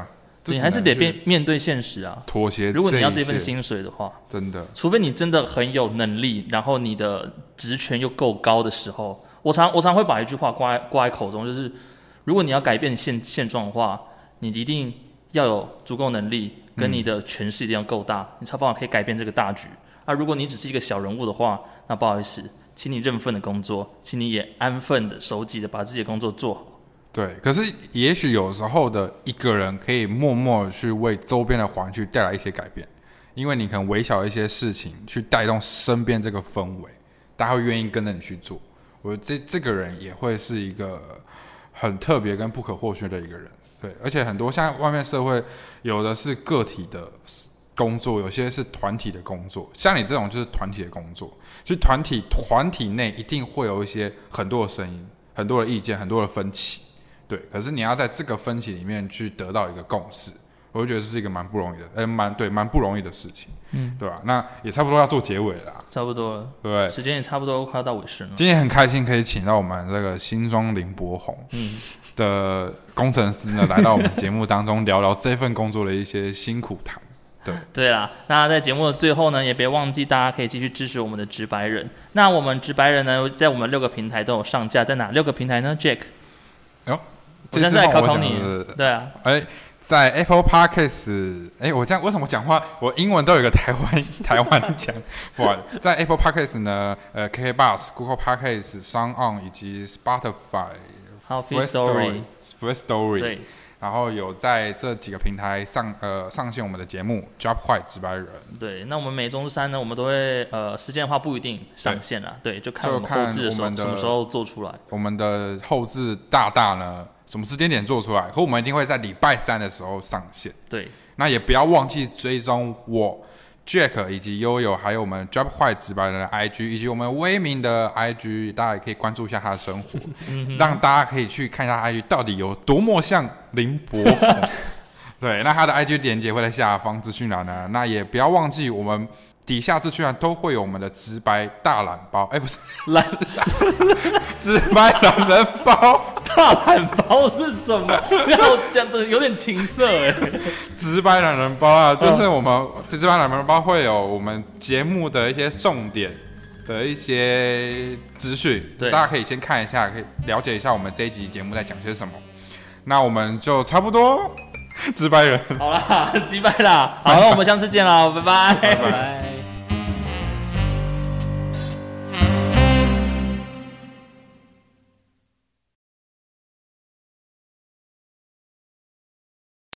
Speaker 1: 你还是得面面对现实啊，
Speaker 2: 妥协。
Speaker 1: 如果你要这份薪水的话，
Speaker 2: 真的，
Speaker 1: 除非你真的很有能力，然后你的职权又够高的时候，我常我常会把一句话挂在挂在口中，就是如果你要改变现现状的话，你一定要有足够能力，跟你的权势一定要够大，嗯、你才办法可以改变这个大局。啊，如果你只是一个小人物的话，那不好意思，请你认份的工作，请你也安分的、守己的把自己的工作做好。
Speaker 2: 对，可是也许有时候的一个人可以默默去为周边的环境带来一些改变，因为你可能微小的一些事情去带动身边这个氛围，大家会愿意跟着你去做。我这这个人也会是一个很特别跟不可或缺的一个人。对，而且很多像外面社会有的是个体的工作，有些是团体的工作，像你这种就是团体的工作，就团体团体内一定会有一些很多的声音、很多的意见、很多的分歧。对，可是你要在这个分歧里面去得到一个共识，我就觉得是一个蛮不容易的，呃，蛮对，蛮不容易的事情，嗯，对吧？那也差不多要做结尾了啦，
Speaker 1: 差不多了，
Speaker 2: 对，
Speaker 1: 时间也差不多快要到尾声了。
Speaker 2: 今天很开心可以请到我们这个新庄林柏宏的工程师呢，来到我们节目当中聊聊这份工作的一些辛苦谈。对
Speaker 1: 对啦，那在节目的最后呢，也别忘记大家可以继续支持我们的直白人。那我们直白人呢，在我们六个平台都有上架，在哪六个平台呢 ？Jack，
Speaker 2: 哎
Speaker 1: 我现在来考考你，对啊，
Speaker 2: 哎，在 Apple Podcast， 哎，我这样为什么讲话，我英文都有一个台湾台湾腔，不好意思，在 Apple Podcast 呢，呃 ，K K Bus、Google Podcast、SoundOn 以及 Spotify，
Speaker 1: 还有 Free Story，Free
Speaker 2: Story，
Speaker 1: 对。
Speaker 2: 然后有在这几个平台上呃上线我们的节目 Job White 直白人。
Speaker 1: 对，那我们每周三呢，我们都会呃时间的话不一定上线啦，对，对就看我们后置的时候什么时候做出来。
Speaker 2: 我们的后置大大呢，什么时间点做出来？可我们一定会在礼拜三的时候上线。
Speaker 1: 对，
Speaker 2: 那也不要忘记追踪我 Jack 以及悠悠，还有我们 Job White 直白人的 I G， 以及我们威明的 I G， 大家也可以关注一下他的生活，让大家可以去看一下 I G 到底有多么像林柏宏。对，那他的 I G 连结会在下方资讯栏呢。那也不要忘记我们底下资讯栏都会有我们的直白大懒包，哎，不是
Speaker 1: 懒，
Speaker 2: 直白懒人包。
Speaker 1: 大懒包是什么？要讲的有点情色哎。
Speaker 2: 直白懒人包啊，就是我们、哦、直白懒人包会有我们节目的一些重点的一些资讯，大家可以先看一下，可以了解一下我们这一集节目在讲些什么。那我们就差不多直白人，
Speaker 1: 好啦，击败啦，好，那我们下次见啦，拜拜，
Speaker 3: 拜拜。